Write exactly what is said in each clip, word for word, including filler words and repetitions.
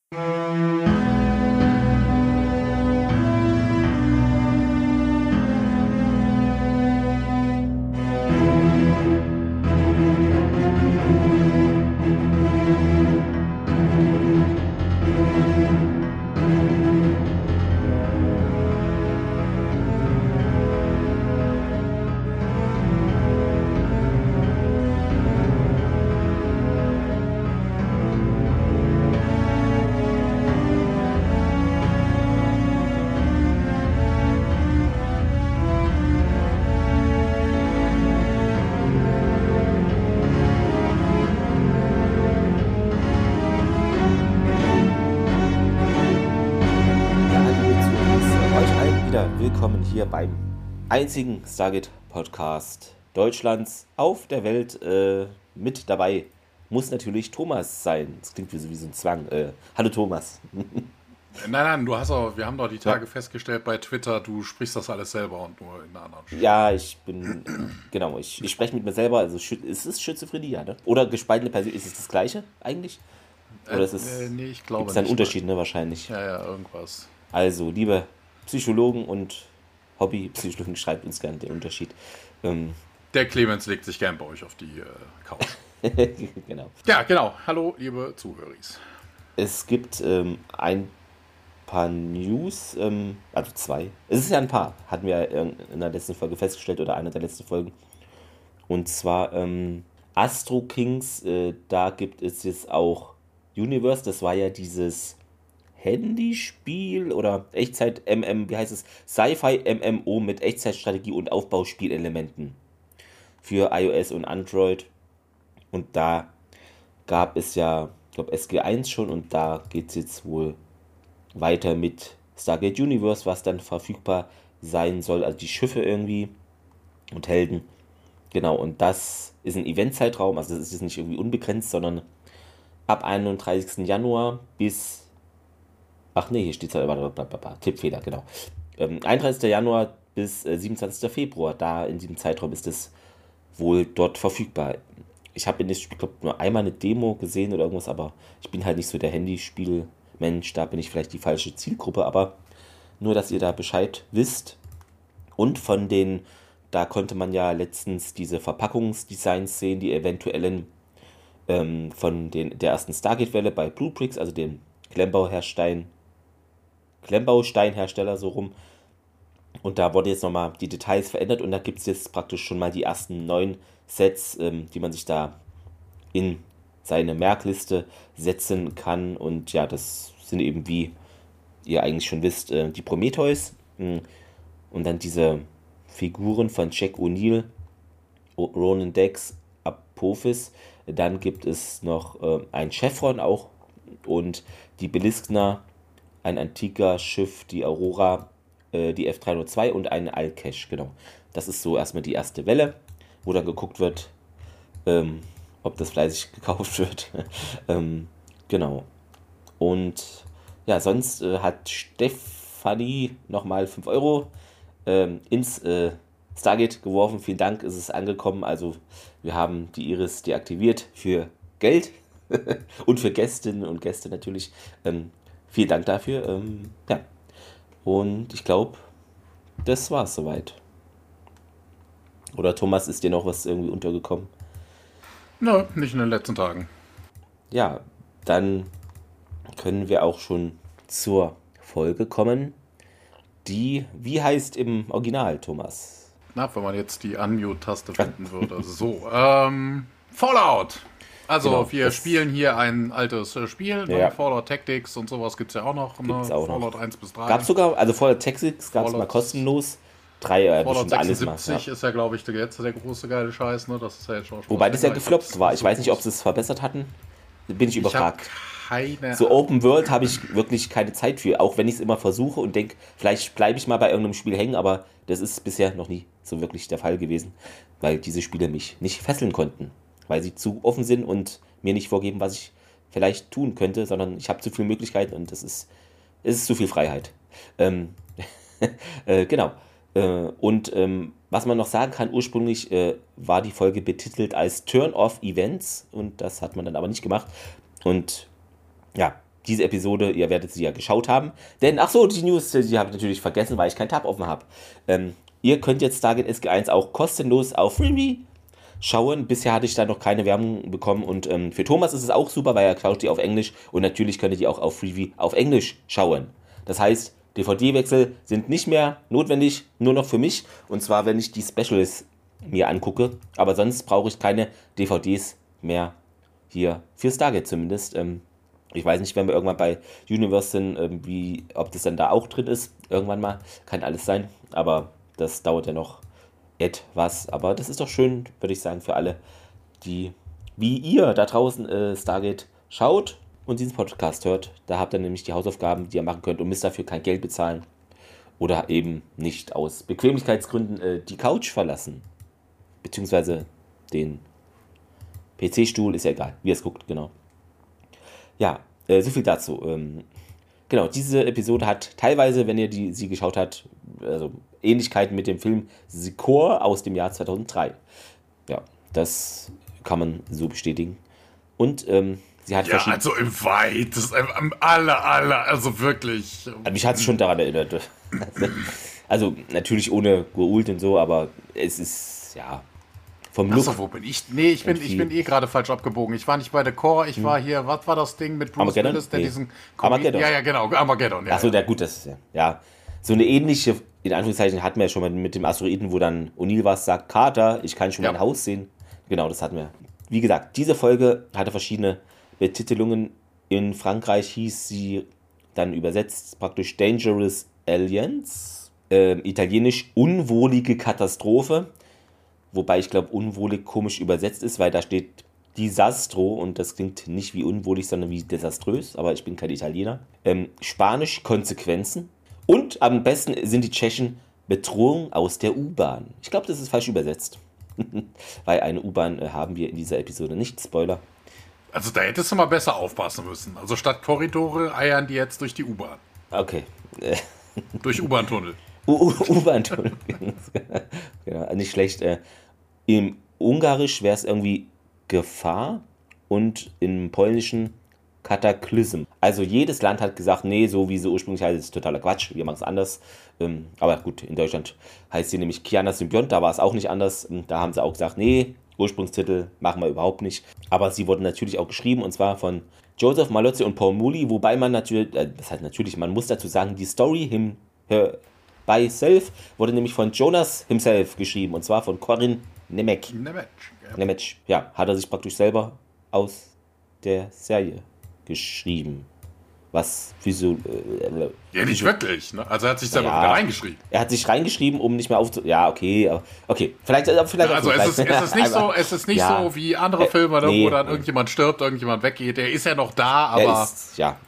Willkommen hier beim einzigen Stargate-Podcast Deutschlands auf der Welt. Äh, mit dabei muss natürlich Thomas sein. Das klingt wie so, wie so ein Zwang. Äh, hallo Thomas. Nein, nein, du hast auch, wir haben doch die Tage ja. festgestellt bei Twitter, du sprichst das alles selber und nur in einer anderen Sprache. Ja, ich bin, genau, ich, ich spreche mit mir selber. Also ist es Schizophrenie, ja, ne? Oder gespaltene Persönlichkeit, ist es das Gleiche eigentlich? Oder ist es, äh, nee, ich glaube gibt es einen Unterschied, ne, wahrscheinlich? Ja, ja, irgendwas. Also, liebe Psychologen und Hobbypsychologen, schreibt uns gerne den Unterschied. Ähm, Der Clemens legt sich gern bei euch auf die äh, Couch. Genau. Ja, genau. Hallo, liebe Zuhörer. Es gibt ähm, ein paar News, ähm, also zwei. Es ist ja ein paar, hatten wir in der letzten Folge festgestellt oder einer der letzten Folgen. Und zwar ähm, Astro Kings, äh, da gibt es jetzt auch Universe, das war ja dieses Handyspiel oder Echtzeit-M M, wie heißt es? Sci-Fi-M M O mit Echtzeitstrategie und Aufbauspielelementen für iOS und Android. Und da gab es ja, ich glaube, S G eins schon und da geht es jetzt wohl weiter mit Stargate Universe, was dann verfügbar sein soll, also die Schiffe irgendwie und Helden. Genau, und das ist ein Eventzeitraum, also das ist jetzt nicht irgendwie unbegrenzt, sondern ab einunddreißigsten Januar bis Ach nee, hier steht es ja, Tippfehler, genau. Ähm, einunddreißigsten Januar bis äh, siebenundzwanzigsten Februar, da in diesem Zeitraum ist es wohl dort verfügbar. Ich habe in dem Spiel, glaube nur einmal eine Demo gesehen oder irgendwas, aber ich bin halt nicht so der Handyspiel-Mensch, da bin ich vielleicht die falsche Zielgruppe, aber nur, dass ihr da Bescheid wisst. Und von den, da konnte man ja letztens diese Verpackungsdesigns sehen, die eventuellen ähm, von den, der ersten Stargate-Welle bei Blueprix, also dem Klemmbauherstein, Klemmbausteinhersteller so rum. Und da wurde jetzt nochmal die Details verändert und da gibt es jetzt praktisch schon mal die ersten neun Sets, ähm, die man sich da in seine Merkliste setzen kann. Und ja, das sind eben, wie ihr eigentlich schon wisst, äh, die Prometheus. Mh, und dann diese Figuren von Jack O'Neill, Ronan Dex, Apophis. Dann gibt es noch äh, ein Chevron auch und die Beliskner, ein antiker Schiff, die Aurora, äh, die F dreihundertzwei und ein Alkesh, genau. Das ist so erstmal die erste Welle, wo dann geguckt wird, ähm, ob das fleißig gekauft wird. ähm, genau. Und ja, sonst äh, hat Stefanie nochmal fünf Euro ähm, ins äh, Stargate geworfen. Vielen Dank, ist es angekommen. Also wir haben die Iris deaktiviert für Geld und für Gästinnen und Gäste natürlich. Ähm, vielen Dank dafür. Ähm, ja. Und ich glaube, das war es soweit. Oder Thomas, ist dir noch was irgendwie untergekommen? Nö, nicht in den letzten Tagen. Ja, dann können wir auch schon zur Folge kommen. Die, wie heißt im Original, Thomas? Na, wenn man jetzt die Unmute-Taste finden würde. So, ähm, Fallout! Also genau, wir spielen hier ein altes äh, Spiel, ne? Ja. Fallout Tactics und sowas gibt es ja auch noch. Ne? Gibt's auch Fallout noch. eins bis drei. Gab es sogar, also Fallout Tactics gab es mal kostenlos. Drei, äh, Fallout sechsundsiebzig alles mal, ja. ist ja, glaube ich, der, jetzt der große geile Scheiß. Ne? Das ist ja jetzt schon Wobei das ja gefloppt war. Ich weiß nicht, ob sie es verbessert hatten. Bin ich überfragt. Ich keine so Open World habe ich wirklich keine Zeit für. Auch wenn ich es immer versuche und denke, vielleicht bleibe ich mal bei irgendeinem Spiel hängen. Aber das ist bisher noch nie so wirklich der Fall gewesen. Weil diese Spiele mich nicht fesseln konnten. Weil sie zu offen sind und mir nicht vorgeben, was ich vielleicht tun könnte, sondern ich habe zu viele Möglichkeiten und das ist, es ist zu viel Freiheit. Ähm, äh, genau. Äh, und ähm, was man noch sagen kann, ursprünglich äh, war die Folge betitelt als Turn-Off Events und das hat man dann aber nicht gemacht. Und ja, diese Episode, ihr werdet sie ja geschaut haben. Denn, ach so, die News, die habe ich natürlich vergessen, weil ich keinen Tab offen habe. Ähm, ihr könnt jetzt Stargate S G eins auch kostenlos auf Freevee schauen. Bisher hatte ich da noch keine Werbung bekommen und ähm, für Thomas ist es auch super, weil er schaut die auf Englisch und natürlich könnt ihr die auch auf Freevee auf Englisch schauen. Das heißt, D V D-Wechsel sind nicht mehr notwendig, nur noch für mich und zwar, wenn ich die Specials mir angucke, aber sonst brauche ich keine D V Ds mehr hier für Stargate zumindest. Ähm, ich weiß nicht, wenn wir irgendwann bei Universe sind, ähm, wie, ob das dann da auch drin ist, irgendwann mal, kann alles sein, aber das dauert ja noch etwas, aber das ist doch schön, würde ich sagen, für alle, die wie ihr da draußen äh, Stargate schaut und diesen Podcast hört. Da habt ihr nämlich die Hausaufgaben, die ihr machen könnt und müsst dafür kein Geld bezahlen oder eben nicht aus Bequemlichkeitsgründen äh, die Couch verlassen, beziehungsweise den P C-Stuhl, ist ja egal, wie ihr es guckt, genau. Ja, äh, so viel dazu. Ähm, Genau, diese Episode hat teilweise, wenn ihr die, sie geschaut habt, also Ähnlichkeiten mit dem Film Sikor aus dem Jahr zweitausenddrei. Ja, das kann man so bestätigen. Und ähm, sie hat ja, verschiedene... also im Weit, das ist am aller, aller, also wirklich... Mich hat es schon daran erinnert. Also natürlich ohne Goa'uld und so, aber es ist, ja... Vom Look. Achso, wo bin ich? Nee, ich bin, ich bin eh gerade falsch abgebogen. Ich war nicht bei The Core, ich hm. war hier, was war das Ding mit Bruce Armageddon? Willis, der Nee. diesen... Armageddon. Ja, ja, genau, Armageddon. Ja, Achso, ja. ja, gut, das ist ja... ja. So eine ähnliche, in Anführungszeichen, hatten wir ja schon mal mit dem Asteroiden, wo dann O'Neill was sagt, Carter, ich kann schon Ja. mein Haus sehen. Genau, das hatten wir. Wie gesagt, diese Folge hatte verschiedene Betitelungen. In Frankreich hieß sie dann übersetzt praktisch Dangerous Aliens. Ähm, Italienisch unwohlige Katastrophe. Wobei ich glaube, unwohlig komisch übersetzt ist, weil da steht Disastro und das klingt nicht wie unwohlig, sondern wie desaströs, aber ich bin kein Italiener. Ähm, Spanisch Konsequenzen. Und am besten sind die Tschechen Bedrohung aus der U-Bahn. Ich glaube, das ist falsch übersetzt. Weil eine U-Bahn äh, haben wir in dieser Episode nicht. Spoiler. Also da hättest du mal besser aufpassen müssen. Also statt Korridore eiern die jetzt durch die U-Bahn. Okay. Durch U-Bahn-Tunnel. U-Bahn-Tunnel. Genau, nicht schlecht. Äh, Im Ungarisch wäre es irgendwie Gefahr und im Polnischen Kataklysm. Also jedes Land hat gesagt, nee, so wie sie ursprünglich heißt, ist totaler Quatsch, wir machen es anders. Ähm, aber gut, in Deutschland heißt sie nämlich Kiana Symbiont, da war es auch nicht anders. Da haben sie auch gesagt, nee, Ursprungstitel machen wir überhaupt nicht. Aber sie wurden natürlich auch geschrieben und zwar von Joseph Malozzi und Paul Muli, wobei man natürlich, äh, das heißt natürlich, man muss dazu sagen, die Story him, her, by self wurde nämlich von Jonas himself geschrieben und zwar von Corinne Nemec. Nemec, ja. Nemec, ja, hat er sich praktisch selber aus der Serie geschrieben. Was, wieso? Äh, ja, nicht wirklich, ne? Also er hat sich selber ja, wieder reingeschrieben. Er hat sich reingeschrieben, um nicht mehr aufzu... Ja, okay, okay. Vielleicht, vielleicht ja, also es ist, es ist nicht so, es ist nicht ja. so wie andere Filme, ne, nee, wo dann nee. irgendjemand stirbt, irgendjemand weggeht. Der ist ja noch da, aber... Er ist, ja,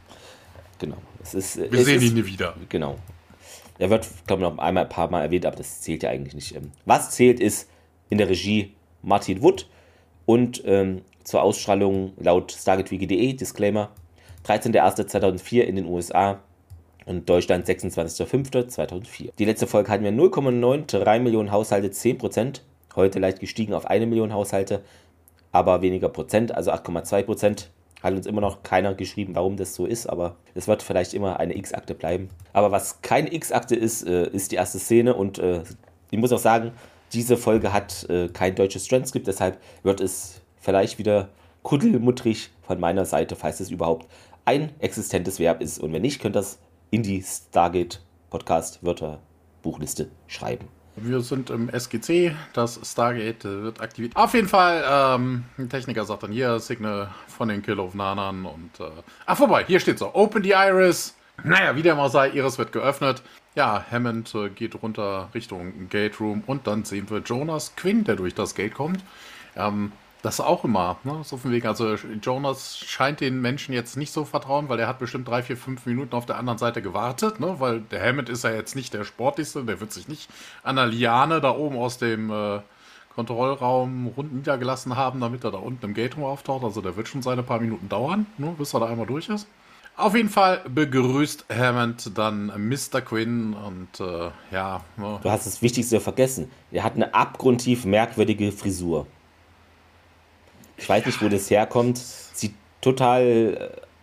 genau. Es ist, wir es sehen ist, ihn nie wieder. Genau. Er wird, glaube ich, noch einmal, ein paar Mal erwähnt, aber das zählt ja eigentlich nicht. Was zählt, ist in der Regie Martin Wood und ähm, zur Ausstrahlung laut Stargate Wiki punkt de, Disclaimer, dreizehnter erster zweitausendvier in den U S A und Deutschland sechsundzwanzigster fünfter zweitausendvier. Die letzte Folge hatten wir null Komma neunundneunzig Millionen Haushalte, zehn Prozent. Heute leicht gestiegen auf eine Million Haushalte, aber weniger Prozent, also acht Komma zwei Prozent. Hat uns immer noch keiner geschrieben, warum das so ist, aber es wird vielleicht immer eine X-Akte bleiben. Aber was keine X-Akte ist, äh, ist die erste Szene und äh, ich muss auch sagen, diese Folge hat äh, kein deutsches Transkript, deshalb wird es vielleicht wieder kuddelmuttrig von meiner Seite, falls es überhaupt ein existentes Verb ist. Und wenn nicht, könnt ihr das in die Stargate Podcast Wörterbuchliste schreiben. Wir sind im S G C, das Stargate wird aktiviert. Auf jeden Fall, ähm, ein Techniker sagt dann hier, Signal von den Kilovanern und, äh, ach vorbei, hier steht so, Open the Iris. Naja, wie dem auch sei, Iris wird geöffnet. Ja, Hammond äh, geht runter Richtung Gate Room und dann sehen wir Jonas Quinn, der durch das Gate kommt. Ähm, Das auch immer, ne? So von wegen, also Jonas scheint den Menschen jetzt nicht so vertrauen, weil er hat bestimmt drei, vier, fünf Minuten auf der anderen Seite gewartet, ne? Weil der Hammond ist ja jetzt nicht der Sportlichste, der wird sich nicht an der Liane da oben aus dem äh, Kontrollraum rund niedergelassen haben, damit er da unten im Gate Room auftaucht. Also der wird schon seine paar Minuten dauern, ne? Bis er da einmal durch ist. Auf jeden Fall begrüßt Hammond dann Mister Quinn und äh, ja. Ne? Du hast das Wichtigste vergessen. Er hat eine abgrundtief merkwürdige Frisur. Ich weiß nicht, wo das herkommt. Sieht total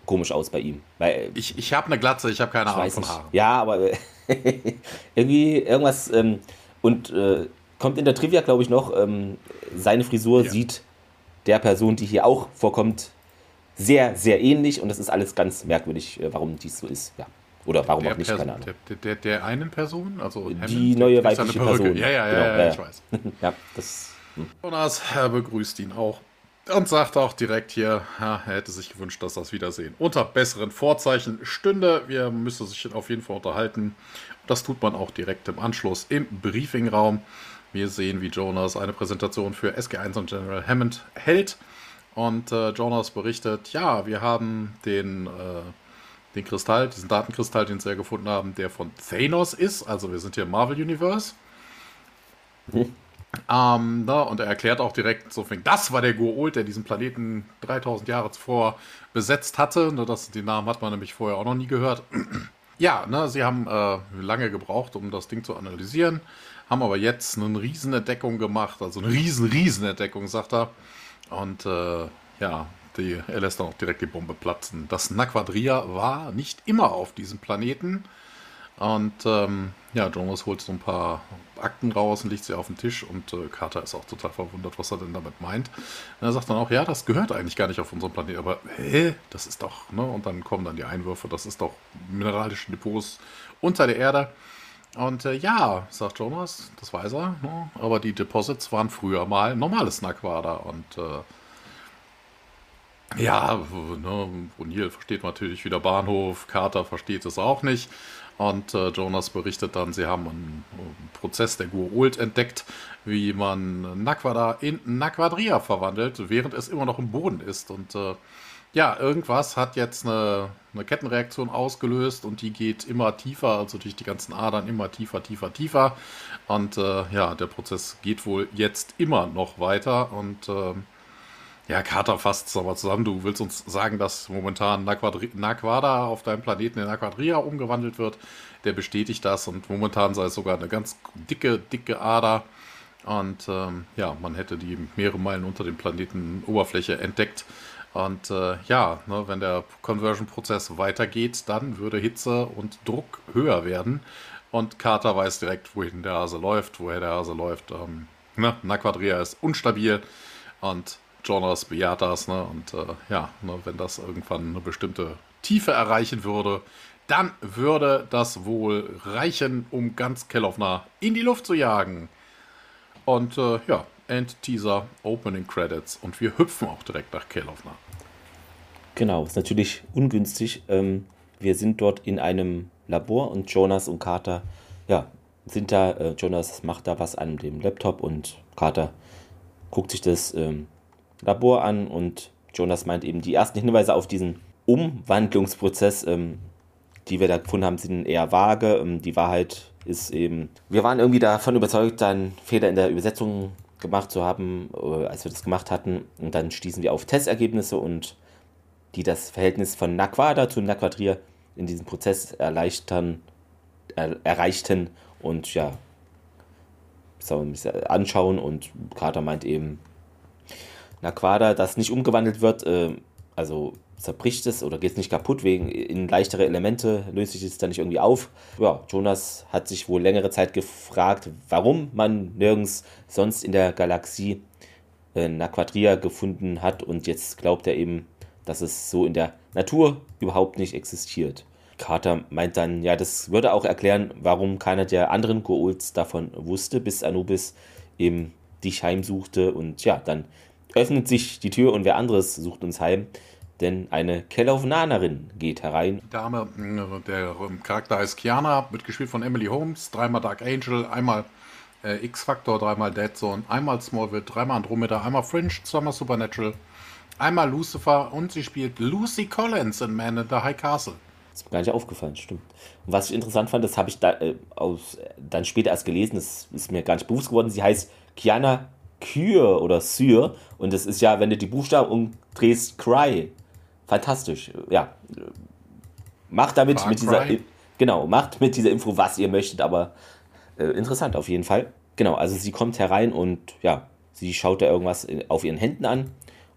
komisch aus bei ihm. Weil, ich ich habe eine Glatze, ich habe keine ich Ahnung weiß von nicht. Haaren. Ja, aber irgendwie irgendwas. Ähm, und äh, kommt in der Trivia, glaube ich, noch, ähm, seine Frisur Ja. sieht der Person, die hier auch vorkommt, sehr, sehr ähnlich. Und das ist alles ganz merkwürdig, äh, warum dies so ist. Ja. Oder warum Der, auch nicht, Person, keine Ahnung. der, der, der einen Person? Also Die Hammond, neue der trägt weibliche seine Perücke. Person. Ja, ja, ja, Genau, ja, ja, ich ja. weiß. Ja, das. Jonas äh, begrüßt ihn auch und sagt auch direkt hier, ja, er hätte sich gewünscht, dass das Wiedersehen unter besseren Vorzeichen stünde. Wir müssen sich auf jeden Fall unterhalten. Das tut man auch direkt im Anschluss im Briefingraum. Wir sehen, wie Jonas eine Präsentation für S G eins und General Hammond hält. Und äh, Jonas berichtet, ja, wir haben den, äh, den Kristall, diesen Datenkristall, den sie ja gefunden haben, der von Thanos ist. Also wir sind hier im Marvel Universe. Hm. Ähm, na, und er erklärt auch direkt, so fing, das war der Goa'uld, der diesen Planeten dreitausend Jahre zuvor besetzt hatte. Ne, das, den Namen hat man nämlich vorher auch noch nie gehört. Ja, ne, sie haben äh, lange gebraucht, um das Ding zu analysieren, haben aber jetzt eine Riesenentdeckung gemacht, also eine riesen, Riesenentdeckung, sagt er. Und äh, ja, die, er lässt dann auch direkt die Bombe platzen. Das Naquadria war nicht immer auf diesem Planeten. Und ähm, ja, Jonas holt so ein paar Akten raus und legt sie auf den Tisch und äh, Carter ist auch total verwundert, was er denn damit meint. Und er sagt dann auch, ja, das gehört eigentlich gar nicht auf unserem Planeten, aber hä, das ist doch, ne? Und dann kommen dann die Einwürfe, das ist doch mineralische Depots unter der Erde. Und äh, ja, sagt Jonas, das weiß er, ne? Aber die Deposits waren früher mal normales Naquada und äh, ja, ne, O'Neill versteht natürlich wieder Bahnhof, Carter versteht es auch nicht. Und äh, Jonas berichtet dann, sie haben einen, einen Prozess der Goa'uld entdeckt, wie man Naquada in Naquadria verwandelt, während es immer noch im Boden ist. Und äh, ja, irgendwas hat jetzt eine, eine Kettenreaktion ausgelöst und die geht immer tiefer, also durch die ganzen Adern immer tiefer, tiefer, tiefer. Und äh, ja, der Prozess geht wohl jetzt immer noch weiter und äh, ja, Carter fasst es aber zusammen. Du willst uns sagen, dass momentan Naquadri- Naquada auf deinem Planeten in Naquadria umgewandelt wird. Der bestätigt das und momentan sei es sogar eine ganz dicke, dicke Ader. Und ähm, ja, man hätte die mehrere Meilen unter dem Planeten Oberfläche entdeckt. Und äh, ja, ne, wenn der Conversion-Prozess weitergeht, dann würde Hitze und Druck höher werden. Und Carter weiß direkt, wohin der Hase läuft, woher der Hase läuft. Ähm, ne, Naquadria ist unstabil und Jonas bejaht das, ne? Und äh, ja, ne, wenn das irgendwann eine bestimmte Tiefe erreichen würde, dann würde das wohl reichen, um ganz Kelowna in die Luft zu jagen. Und äh, ja, End-Teaser, Opening Credits und wir hüpfen auch direkt nach Kelowna. Genau, ist natürlich ungünstig. Ähm, wir sind dort in einem Labor und Jonas und Carter, ja, sind da. Äh, Jonas macht da was an dem Laptop und Carter guckt sich das ähm, Labor an und Jonas meint eben, die ersten Hinweise auf diesen Umwandlungsprozess, ähm, die wir da gefunden haben, sind eher vage. Ähm, die Wahrheit ist eben, wir waren irgendwie davon überzeugt, einen Fehler in der Übersetzung gemacht zu haben, äh, als wir das gemacht hatten. Und dann stießen wir auf Testergebnisse und die das Verhältnis von Naquada zu Naquadria in diesem Prozess erleichtern, er, erreichten und ja, sollen wir uns anschauen und Carter meint eben, Naquada, das nicht umgewandelt wird, äh, also zerbricht es oder geht es nicht kaputt, wegen in leichtere Elemente löst sich es dann nicht irgendwie auf. Ja, Jonas hat sich wohl längere Zeit gefragt, warum man nirgends sonst in der Galaxie äh, Naquadria gefunden hat und jetzt glaubt er eben, dass es so in der Natur überhaupt nicht existiert. Carter meint dann, ja, das würde auch erklären, warum keiner der anderen Goa'ulds davon wusste, bis Anubis eben dich heimsuchte und ja, dann öffnet sich die Tür und wer anderes sucht uns heim, denn eine Kelovnanerin geht herein. Die Dame, der Charakter heißt Kiana, wird gespielt von Emily Holmes, dreimal Dark Angel, einmal äh, X-Factor, dreimal Dead Zone, einmal Smallville, dreimal Andromeda, einmal Fringe, zweimal Supernatural, einmal Lucifer und sie spielt Lucy Collins in Man in the High Castle. Das ist mir gar nicht aufgefallen, stimmt. Und was ich interessant fand, das habe ich da, äh, aus, dann später erst gelesen, das ist mir gar nicht bewusst geworden, sie heißt Kiana Kyr oder Syr und das ist ja, wenn du die Buchstaben umdrehst, Cry. Fantastisch. Ja. Macht damit Far mit dieser Cry. genau, macht mit dieser Info, was ihr möchtet, aber äh, interessant auf jeden Fall. Genau, also sie kommt herein und ja, sie schaut da irgendwas auf ihren Händen an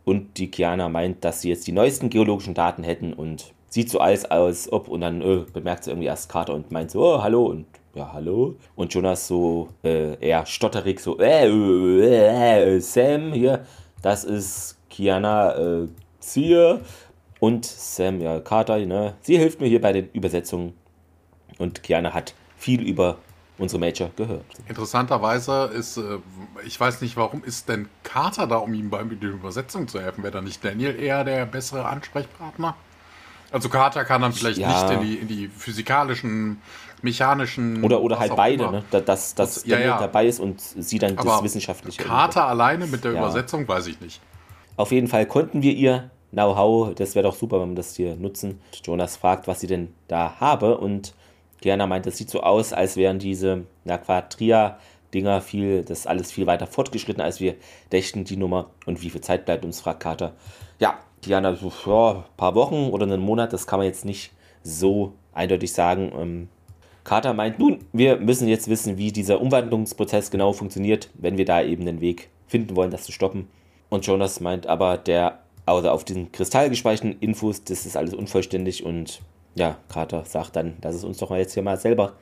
Und die Kiana meint, dass sie jetzt die neuesten geologischen Daten hätten und sieht so alles aus, ob, und dann äh, bemerkt sie irgendwie erst Carter und meint so, oh, hallo, und ja, hallo. Und Jonas so äh, eher stotterig so, äh, äh, äh, Sam, hier, das ist Kiana äh, Zier. Und Sam, ja, Carter, ne, sie hilft mir hier bei den Übersetzungen. Und Kiana hat viel über unsere Major gehört. Interessanterweise ist, äh, ich weiß nicht, warum ist denn Carter da, um ihm bei der Übersetzung zu helfen? Wäre da nicht Daniel eher der bessere Ansprechpartner? Also Carter kann dann vielleicht ja. nicht in die, in die physikalischen, mechanischen... Oder, oder halt beide, ne? dass, dass das, ja, Daniel ja. dabei ist und sie dann Aber das Wissenschaftliche. Carter alleine mit der ja. Übersetzung, weiß ich nicht. Auf jeden Fall konnten wir ihr Know-how, das wäre doch super, wenn wir das hier nutzen. Jonas fragt, was sie denn da habe und Diana meint, das sieht so aus, als wären diese Quadria-Dinger viel, das ist alles viel weiter fortgeschritten, als wir dächten, die Nummer. Und wie viel Zeit bleibt uns, fragt Carter. Ja, Diana, so ja, ein paar Wochen oder einen Monat, das kann man jetzt nicht so eindeutig sagen. Ähm, Carter meint, nun, wir müssen jetzt wissen, wie dieser Umwandlungsprozess genau funktioniert, wenn wir da eben einen Weg finden wollen, das zu stoppen. Und Jonas meint aber, der, also auf diesen Kristall gespeicherten Infos, das ist alles unvollständig und ja, Carter sagt dann, lass es uns doch mal jetzt hier mal selber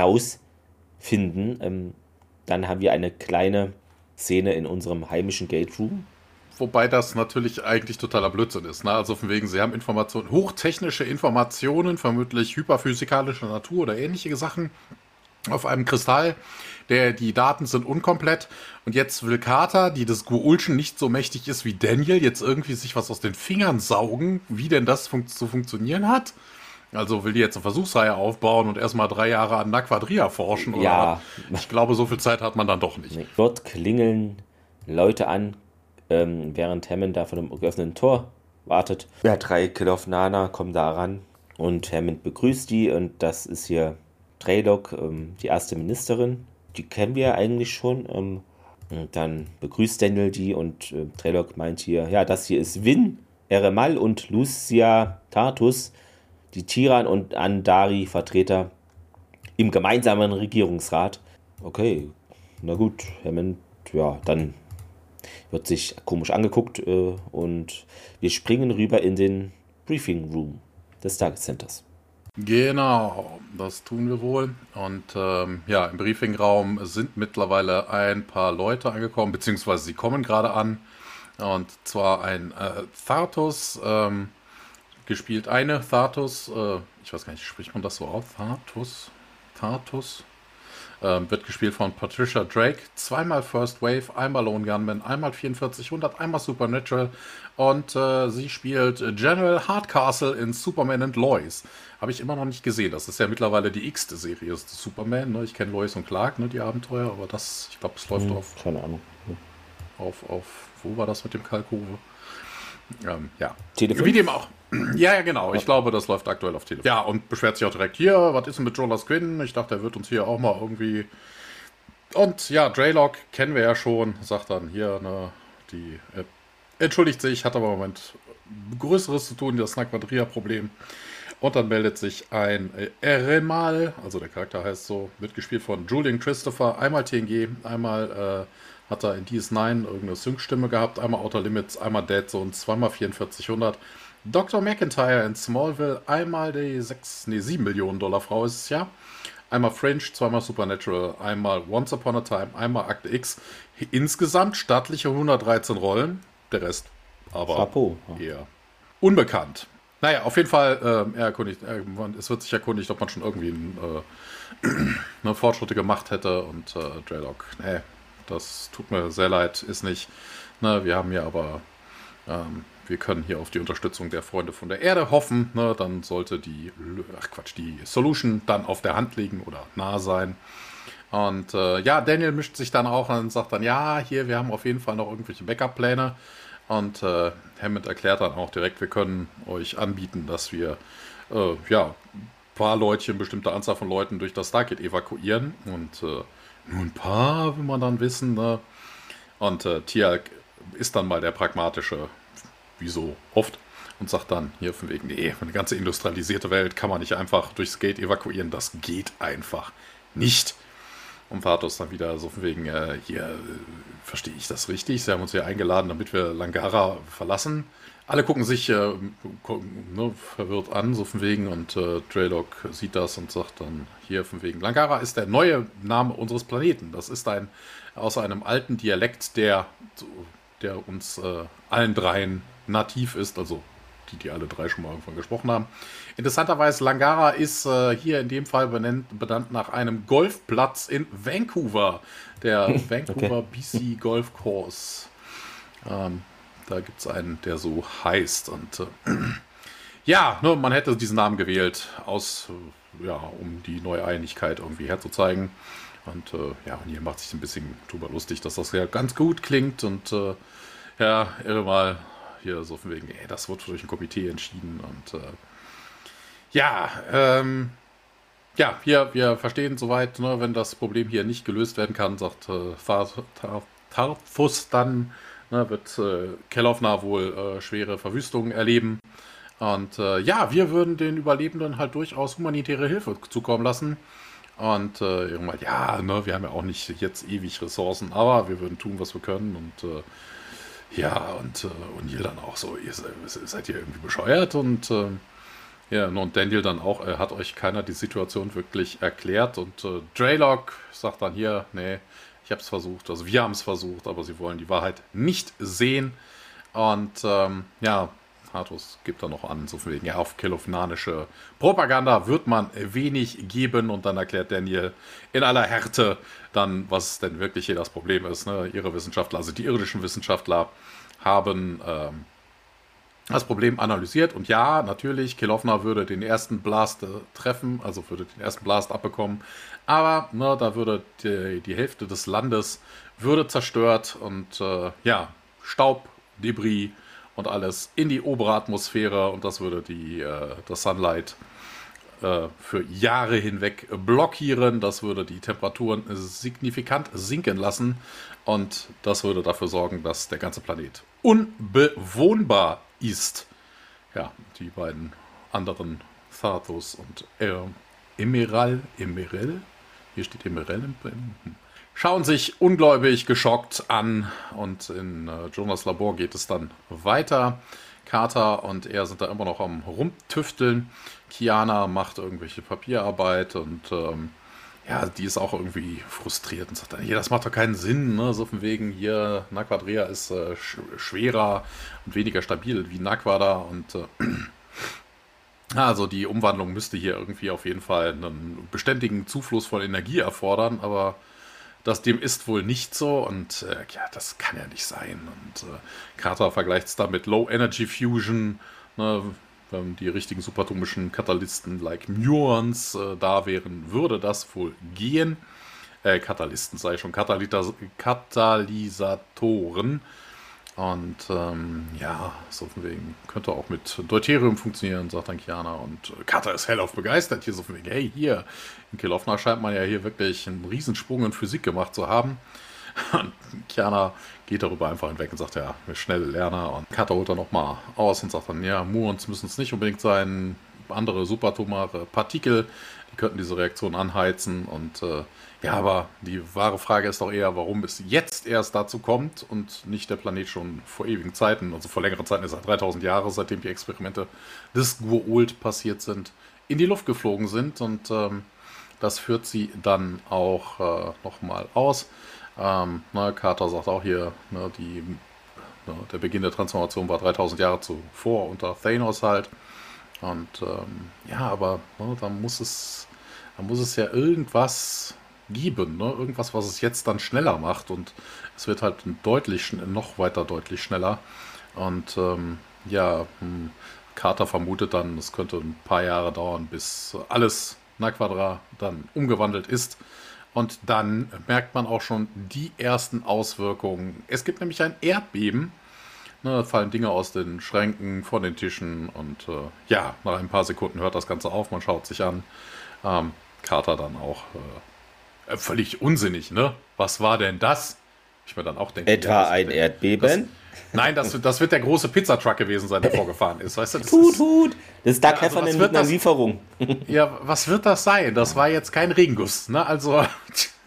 herausfinden. Ähm, dann haben wir eine kleine Szene in unserem heimischen Gate Room. Wobei das natürlich eigentlich totaler Blödsinn ist. Ne? Also von wegen, sie haben Informationen, hochtechnische Informationen, vermutlich hyperphysikalischer Natur oder ähnliche Sachen auf einem Kristall. Der, die Daten sind unkomplett. Und jetzt will Carter, die des Goa'ulschen nicht so mächtig ist wie Daniel, jetzt irgendwie sich was aus den Fingern saugen, wie denn das fun- zu funktionieren hat. Also will die jetzt eine Versuchsreihe aufbauen und erstmal drei Jahre an Naquadria forschen? Oder? Ja. Ich glaube, so viel Zeit hat man dann doch nicht. Dort klingeln Leute an, ähm, während Hammond da vor dem geöffneten Tor wartet. Ja, drei Killer of Nana kommen da ran und Hammond begrüßt die und das ist hier Traylock, ähm, die erste Ministerin. Die kennen wir eigentlich schon. Ähm, und dann begrüßt Daniel die und äh, Traylock meint hier, ja, das hier ist Win, Eremal und Lucia Tartus, die Tiran und Andari-Vertreter im gemeinsamen Regierungsrat. Okay, na gut, Hammond, ja, dann wird sich komisch angeguckt äh, und wir springen rüber in den Briefing Room des Target Centers. Genau, das tun wir wohl. Und ähm, ja, im Briefingraum sind mittlerweile ein paar Leute angekommen, beziehungsweise sie kommen gerade an. Und zwar ein äh, Thartus, ähm, gespielt eine Thartus, äh, ich weiß gar nicht, spricht man das so aus? Thartus? Thartus? Ähm, wird gespielt von Patricia Drake, zweimal First Wave, einmal Lone Gunman, einmal vierundvierzig hundert, einmal Supernatural und äh, sie spielt General Hardcastle in Superman and Lois. Habe ich immer noch nicht gesehen. Das ist ja mittlerweile die x-te Serie des Superman. Ne? Ich kenne Lois und Clark, ne, die Abenteuer, aber das, ich glaube, es läuft hm, auf, keine Ahnung. auf, auf, wo war das mit dem Kalkove? Ähm, ja, Telefon? Wie dem auch. Ja, ja, genau. Ich glaube, das läuft aktuell auf Telefon. Ja, und beschwert sich auch direkt hier, was ist denn mit Jonas Quinn? Ich dachte, er wird uns hier auch mal irgendwie... Und ja, Draylock kennen wir ja schon, sagt dann hier, ne, die... Äh, entschuldigt sich, hat aber im Moment Größeres zu tun, das Naquadria-Problem. Und dann meldet sich ein äh, Eremal, also der Charakter heißt so, wird gespielt von Julian Christopher, einmal T N G, einmal... Äh, hat er in D S neun irgendeine Sync-Stimme gehabt, einmal Outer Limits, einmal Dead Zone, zweimal vierundvierzig hundert. Doktor McIntyre in Smallville, einmal die sechs, nee, sieben Millionen Dollar Frau ist es ja. Einmal Fringe, zweimal Supernatural, einmal Once Upon a Time, einmal Akte X. Insgesamt stattliche hundertdreizehn Rollen, der Rest aber Chapeau. eher unbekannt. Naja, auf jeden Fall, äh, er erkundigt, äh, es wird sich erkundigt, ob man schon irgendwie äh, eine Fortschritte gemacht hätte und äh, Draylock, nee. Das tut mir sehr leid, ist nicht. Ne, wir haben hier aber, ähm, wir können hier auf die Unterstützung der Freunde von der Erde hoffen. Ne, dann sollte die, ach Quatsch, die Solution dann auf der Hand liegen oder nah sein. Und äh, ja, Daniel mischt sich dann auch und sagt dann, ja, hier, wir haben auf jeden Fall noch irgendwelche Backup-Pläne. Und äh, Hammond erklärt dann auch direkt, wir können euch anbieten, dass wir, äh, ja, ein paar Leutchen, bestimmte Anzahl von Leuten durch das Stargate evakuieren. Und äh, nur ein paar will man dann wissen, ne? Und äh, Tialk ist dann mal der pragmatische, wie so oft, und sagt dann hier von wegen, nee, eine ganze industrialisierte Welt kann man nicht einfach durchs Gate evakuieren, das geht einfach nicht. Und Vatos dann wieder so von wegen, äh, hier, äh, verstehe ich das richtig? Sie haben uns hier eingeladen, damit wir Langara verlassen. Alle gucken sich äh, gucken, ne, verwirrt an, so von wegen, und äh, Drelok sieht das und sagt dann hier von wegen, Langara ist der neue Name unseres Planeten. Das ist ein aus einem alten Dialekt, der, der uns äh, allen dreien nativ ist, also die, die alle drei schon mal irgendwann gesprochen haben. Interessanterweise, Langara ist äh, hier in dem Fall benannt, benannt nach einem Golfplatz in Vancouver, der Vancouver okay. B C Golf Course. Ähm, Da gibt es einen, der so heißt. Und äh, ja, ne, man hätte diesen Namen gewählt, aus, äh, ja, um die Neueinigkeit irgendwie herzuzeigen. Und äh, ja, und hier macht sich ein bisschen drüber lustig, dass das ja ganz gut klingt. Und äh, ja, irre mal hier so von wegen, ey, das wird durch ein Komitee entschieden. Und äh, ja, ähm, ja, wir, wir verstehen soweit, ne, wenn das Problem hier nicht gelöst werden kann, sagt äh, Tarfus dann, ne, wird äh, Kelowna wohl äh, schwere Verwüstungen erleben. Und äh, ja, wir würden den Überlebenden halt durchaus humanitäre Hilfe zukommen lassen. Und äh, irgendwann, ja, ne, wir haben ja auch nicht jetzt ewig Ressourcen, aber wir würden tun, was wir können. Und äh, ja, und äh, O'Neill dann auch so, ihr seid ihr irgendwie bescheuert? Und äh, ja, und Daniel dann auch, äh, hat euch keiner die Situation wirklich erklärt. Und äh, Drelok sagt dann hier, nee, ich habe es versucht, also wir haben es versucht, aber sie wollen die Wahrheit nicht sehen. Und ähm, ja, Hathus gibt dann noch an, so von wegen, ja, auf kelownanische Propaganda wird man wenig geben. Und dann erklärt Daniel in aller Härte dann, was denn wirklich hier das Problem ist. Ne? Ihre Wissenschaftler, also die irdischen Wissenschaftler, haben ähm, das Problem analysiert. Und ja, natürlich, Kelowna würde den ersten Blast äh, treffen, also würde den ersten Blast abbekommen. Aber ne, da würde die, die Hälfte des Landes würde zerstört und äh, ja, Staub, Debris und alles in die obere Atmosphäre, und das würde die, äh, das Sunlight äh, für Jahre hinweg blockieren. Das würde die Temperaturen signifikant sinken lassen, und das würde dafür sorgen, dass der ganze Planet unbewohnbar ist. Ja, die beiden anderen, Tharthus und äh, Emeral, Emerel, hier steht Emerel im hm. schauen sich ungläubig geschockt an, und in äh, Jonas Labor geht es dann weiter. Carter und er sind da immer noch am Rumtüfteln. Kiana macht irgendwelche Papierarbeit, und ähm, ja, die ist auch irgendwie frustriert und sagt dann, hier, das macht doch keinen Sinn, ne? So von wegen, hier, Naquadrea ist äh, sch schwerer und weniger stabil wie Naquada, und äh, also die Umwandlung müsste hier irgendwie auf jeden Fall einen beständigen Zufluss von Energie erfordern, aber das dem ist wohl nicht so, und äh, ja, das kann ja nicht sein. Und äh, Carter vergleicht es da mit Low Energy Fusion, ne, wenn die richtigen subatomischen Katalysten like Muons äh, da wären, würde das wohl gehen. Äh, Katalysten sei schon, Katalyta Katalysatoren. Und ähm, ja, so von wegen, könnte auch mit Deuterium funktionieren, sagt dann Kiana. Und Carter ist hellauf begeistert. Hier so von wegen, hey, hier, in Kelowna scheint man ja hier wirklich einen Riesensprung in Physik gemacht zu haben. Und Kiana geht darüber einfach hinweg und sagt, ja, wir schnelle Lerner. Und Carter holt dann nochmal aus und sagt dann, ja, Muons müssen es nicht unbedingt sein. Andere subatomare Partikel, die könnten diese Reaktion anheizen. Und äh, ja, aber die wahre Frage ist doch eher, warum es jetzt erst dazu kommt und nicht der Planet schon vor ewigen Zeiten, also vor längeren Zeiten, ist seit dreitausend Jahre, seitdem die Experimente des Goa'uld passiert sind, in die Luft geflogen sind. Und ähm, das führt sie dann auch äh, nochmal aus. Ähm, ne, Carter sagt auch hier, ne, die, ne, der Beginn der Transformation war dreitausend Jahre zuvor unter Thanos halt. Und ähm, ja, aber ne, da muss es, da muss es ja irgendwas geben, ne? Irgendwas, was es jetzt dann schneller macht, und es wird halt deutlich, noch weiter deutlich schneller. Und ähm, ja, hm, Carter vermutet dann, es könnte ein paar Jahre dauern, bis alles Naquadra dann umgewandelt ist. Und dann merkt man auch schon die ersten Auswirkungen. Es gibt nämlich ein Erdbeben. Ne, da fallen Dinge aus den Schränken, von den Tischen, und äh, ja, nach ein paar Sekunden hört das Ganze auf, man schaut sich an. Ähm, Carter dann auch äh, völlig unsinnig, ne? Was war denn das? Ich mir dann auch denke, Etwa ja, ein Erdbeben? Das, nein, das, das wird der große Pizzatruck gewesen sein, der vorgefahren ist. Weißt du, das tut, ist, tut. Das ist Doug ja, also Heffernan mit einer Lieferung. Ja, was wird das sein? Das war jetzt kein Regenguss, ne? Also,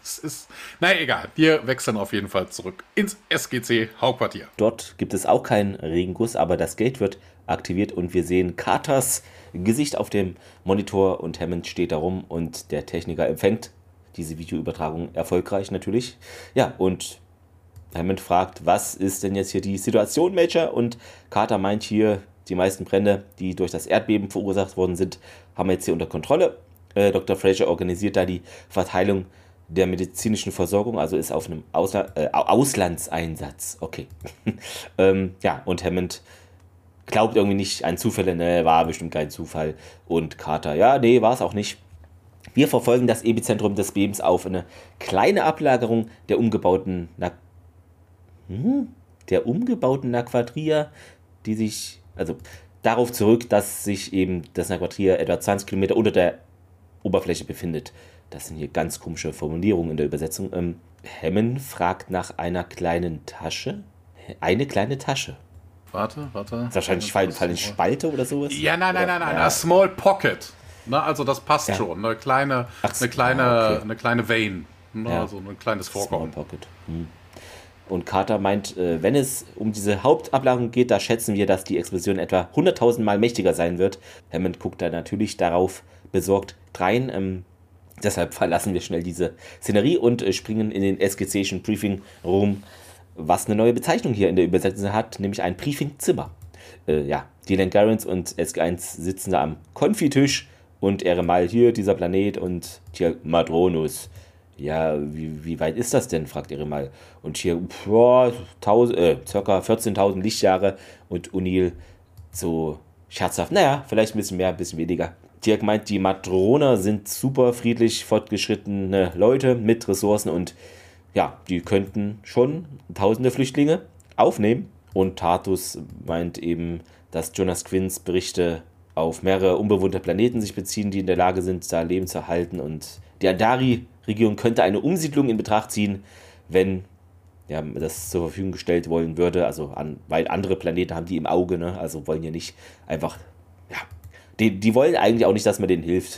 Es ist, naja, egal. Wir wechseln auf jeden Fall zurück ins S G C-Hauptquartier. Dort gibt es auch keinen Regenguss, aber das Gate wird aktiviert und wir sehen Carters Gesicht auf dem Monitor und Hammond steht da rum und der Techniker empfängt diese Videoübertragung erfolgreich natürlich. Ja, und Hammond fragt, was ist denn jetzt hier die Situation, Major? Und Carter meint hier, die meisten Brände, die durch das Erdbeben verursacht worden sind, haben wir jetzt hier unter Kontrolle. Äh, Doktor Fraser organisiert da die Verteilung der medizinischen Versorgung, also ist auf einem Ausla- äh, Auslandseinsatz. Okay. ähm, ja, und Hammond glaubt irgendwie nicht an Zufälle, ne, war bestimmt kein Zufall. Und Carter, ja, nee, war es auch nicht. Wir verfolgen das Epizentrum des Bebens auf eine kleine Ablagerung der umgebauten Na- hm? der umgebauten Naquadria, die sich, also darauf zurück, dass sich eben das Naquadria etwa zwanzig Kilometer unter der Oberfläche befindet. Das sind hier ganz komische Formulierungen in der Übersetzung. Ähm, Hammond fragt nach einer kleinen Tasche. Eine kleine Tasche. Warte, warte. Das ist wahrscheinlich Fall, Fall in Spalte oder sowas? Ja, nein, nein, nein, nein. Ja. A small pocket. Na, also das passt Ja. schon. Eine kleine, Ach, eine kleine, ah, okay. eine kleine Vein. Na, Ja. Also ein kleines Small Vorkommen. Pocket. Hm. Und Carter meint, äh, wenn es um diese Hauptablagerung geht, da schätzen wir, dass die Explosion etwa hunderttausend Mal mächtiger sein wird. Hammond guckt da natürlich darauf besorgt drein. Ähm, deshalb verlassen wir schnell diese Szenerie und äh, springen in den S G C-schen Briefing Room, was eine neue Bezeichnung hier in der Übersetzung hat, nämlich ein Briefingzimmer. Äh, ja, Dylan Garrens und S G eins sitzen da am Konfitisch und er mal hier, dieser Planet und hier Madronus. Ja, wie, wie weit ist das denn, fragt er mal. Und hier, boah, tausend, äh, circa vierzehntausend Lichtjahre und O'Neill so scherzhaft, naja, vielleicht ein bisschen mehr, ein bisschen weniger. Dirk meint, die Madroner sind super friedlich fortgeschrittene Leute mit Ressourcen und ja, die könnten schon tausende Flüchtlinge aufnehmen. Und Tartus meint eben, dass Jonas Quinns Berichte auf mehrere unbewohnte Planeten sich beziehen, die in der Lage sind, da Leben zu erhalten. Und die Andari-Regierung könnte eine Umsiedlung in Betracht ziehen, wenn ja, das zur Verfügung gestellt wollen würde. Also an, weil andere Planeten haben die im Auge, ne? Also wollen ja nicht einfach, ja, die, die wollen eigentlich auch nicht, dass man denen hilft.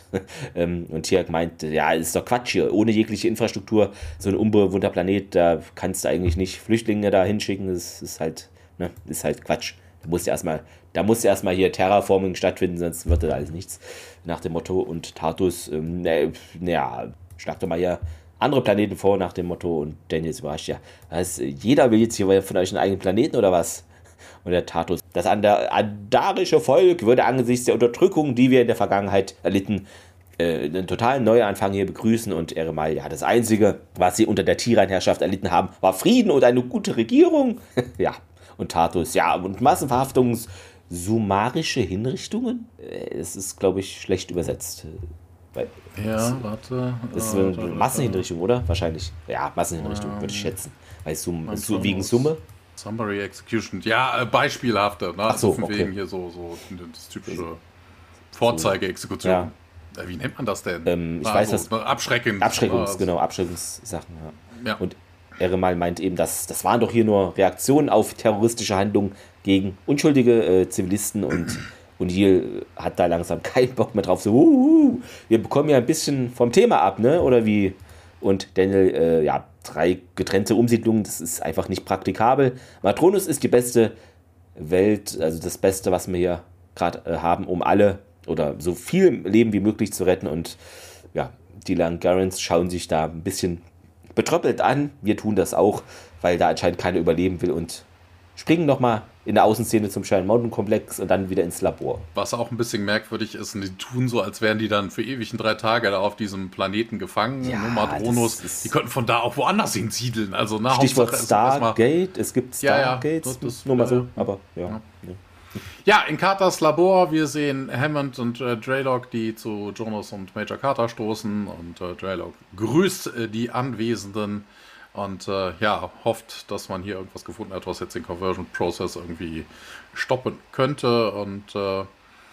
Und Tiag meint, ja, ist doch Quatsch hier. Ohne jegliche Infrastruktur, so ein unbewohnter Planet, da kannst du eigentlich nicht Flüchtlinge da hinschicken. Das ist halt, ne, ist halt Quatsch. Da muss erstmal, da muss erstmal hier Terraforming stattfinden, sonst wird das alles nichts. Nach dem Motto. Und Tartus, ähm, naja, na, schlag doch mal hier andere Planeten vor nach dem Motto. Und Daniel ist überrascht, ja, was, jeder will jetzt hier von euch einen eigenen Planeten oder was? Und der Tartus, das andarische Volk würde angesichts der Unterdrückung, die wir in der Vergangenheit erlitten, äh, einen totalen Neuanfang hier begrüßen. Und Eremal, ja, das Einzige, was sie unter der Tyrannherrschaft erlitten haben, war Frieden und eine gute Regierung. Ja, und Tartus, ja, und Massenverhaftungs- summarische Hinrichtungen? Es ist, glaube ich, schlecht übersetzt. Weil Ja, das, warte. das ist äh, eine warte, Massenhinrichtung, oder? Wahrscheinlich. Ja, Massenhinrichtung, Ähm, würde ich schätzen. Weil Sum, man su, kann wegen das- Summe. Summary Execution. Ja, äh, beispielhafte. Ne? Ach so, von okay. wegen hier so, so das typische Vorzeige-Exekution. Ja. Äh, Wie nennt man das denn? Ähm, ich Na, weiß, also, was- ne, Abschreckend. Abschreckungs, Also, genau, Abschreckungssachen. Ja. Ja. Und Eremal meint eben, dass das waren doch hier nur Reaktionen auf terroristische Handlungen gegen unschuldige äh, Zivilisten und O'Neill hat da langsam keinen Bock mehr drauf. So, uh, wir bekommen ja ein bisschen vom Thema ab, ne? Oder wie? Und Daniel, äh, ja, drei getrennte Umsiedlungen, das ist einfach nicht praktikabel. Matronus ist die beste Welt, also das Beste, was wir hier gerade äh, haben, um alle oder so viel Leben wie möglich zu retten. Und ja, die Langarens schauen sich da ein bisschen betröppelt an. Wir tun das auch, weil da anscheinend keiner überleben will und springen nochmal in der Außenszene zum Shine Mountain Komplex und dann wieder ins Labor. Was auch ein bisschen merkwürdig ist, und die tun so, als wären die dann für ewig in drei Tage da auf diesem Planeten gefangen. Ja, Nur Madronos, das ist- die könnten von da auch woanders hinsiedeln. Also, na, Stichwort Hauptsache, es ist erstmal- Stargate, es gibt Ja, ja, Stargates, das- das- nur mal ja, so, ja. aber ja. Ja. ja. Ja, in Carters Labor, wir sehen Hammond und äh, Draylock, die zu Jonas und Major Carter stoßen und äh, Draylock grüßt äh, die Anwesenden und äh, ja, hofft, dass man hier irgendwas gefunden hat, was jetzt den Conversion-Prozess irgendwie stoppen könnte und äh,